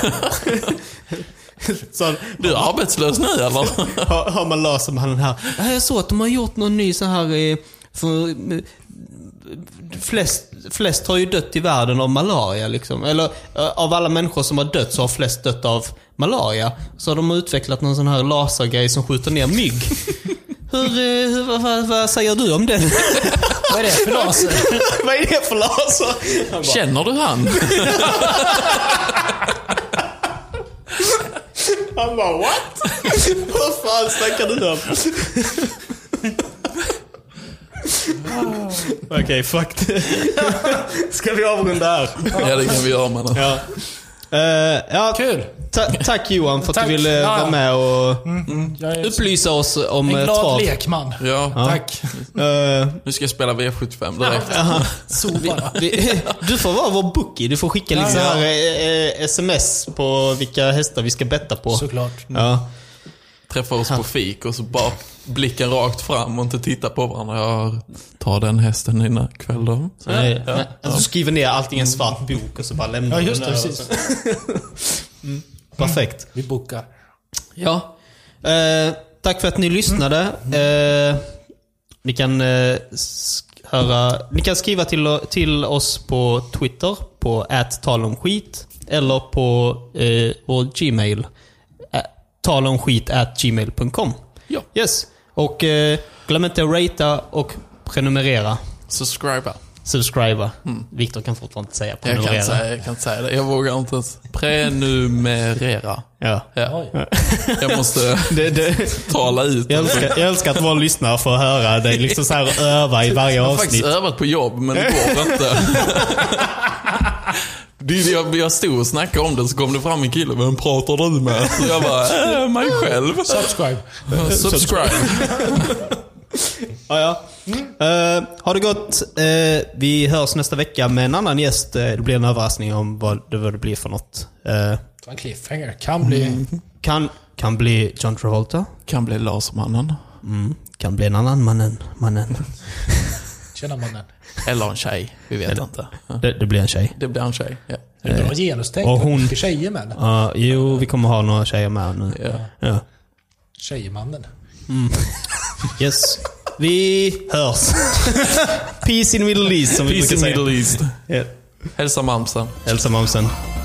Så, Du är arbetslös nu, eller? har, har man Lasermannen här? Ja, jag såg att de har gjort någon ny så här... Eh, för, eh, flest, flest har ju dött i världen av malaria, liksom. Eller eh, av alla människor som har dött så har flest dött av malaria. Så har de utvecklat någon sån här lasergrej som skjuter ner mygg. Hur, eh, hur vad, vad, vad säger du om den? Vad är det för laser? Vad är det för laser? Han bara, Känner du han? han bara what? Vad fan snackar du om? Okej, okay, fuck det. Ska vi avrunda här? Ja, det kan vi göra, mannen. Ja. Uh, ja, Kul. Ta- tack Johan för att Tack. du ville Ja. vara med och Mm, jag är upplysa oss om en eh, glad trav. lekman. Ja. Tack. Uh, Nu ska jag spela V sjuttiofem direkt. Sopa. vi, du får vara vår bookie. Du får skicka lite Ja, ja. så här, eh, sms på vilka hästar vi ska betta på. Såklart. Ja. Träffa oss på fik och så bara blicken rakt fram och inte titta på varandra. Jag tar den hästen innan kväll då. Så, Nej, ja. nej. Alltså, du skriver ner allt i en svart bok och så bara lämnar Ja, du just den det, där precis. och så- mm. Perfekt. Vi bokar. Ja. Eh, tack för att ni lyssnade. Eh, ni kan eh, sk- höra, ni kan skriva till, till oss på Twitter på at talomskit eller på eh, vår Gmail eh, talomskit at gmail punkt com. Ja. Yes. Och eh, glöm inte att ratea och prenumerera. Subscriba. Subscriba. Mm. Viktor kan fortfarande inte säga Jag prenumerera. kan, säga, jag kan inte säga det. Jag vågar inte ens prenumerera. Ja. Ja. Oj. Jag måste Det, det, tala ut. jag, älskar, jag älskar att våra lyssnare får höra dig liksom så här öva i varje Jag har avsnitt. faktiskt övat på jobb, men det går inte. Det, jag, jag stod och snackade om det, så kom det fram en kille. Vem pratar du med? Så jag bara, äh, mig själv. Subscribe. Subscribe. Ja, ja. Uh, ha det gott. Uh, vi hörs nästa vecka med en annan gäst. Uh, det blir en överraskning om vad det, vad det blir för något. Uh, En cliffhanger. Kan bli... kan, kan bli John Travolta. Kan bli Lasermannen. Mm. Kan bli en annan mannen. mannen. Tjena mannen. Eller en tjej, vi vet Eller- inte. Det, det blir en tjej. Det blir en tjej, ja. Är det bra genustänk? och Och hon- hon... Tjejer med. Uh, jo, vi kommer ha några tjejer med nu. Ja. Ja. Tjejmannen. Yes. Vi hörs. Peace in Middle East, som vi Peace brukar in säga. Middle East. Ja. Hälsa mamsen. Hälsa mamsen.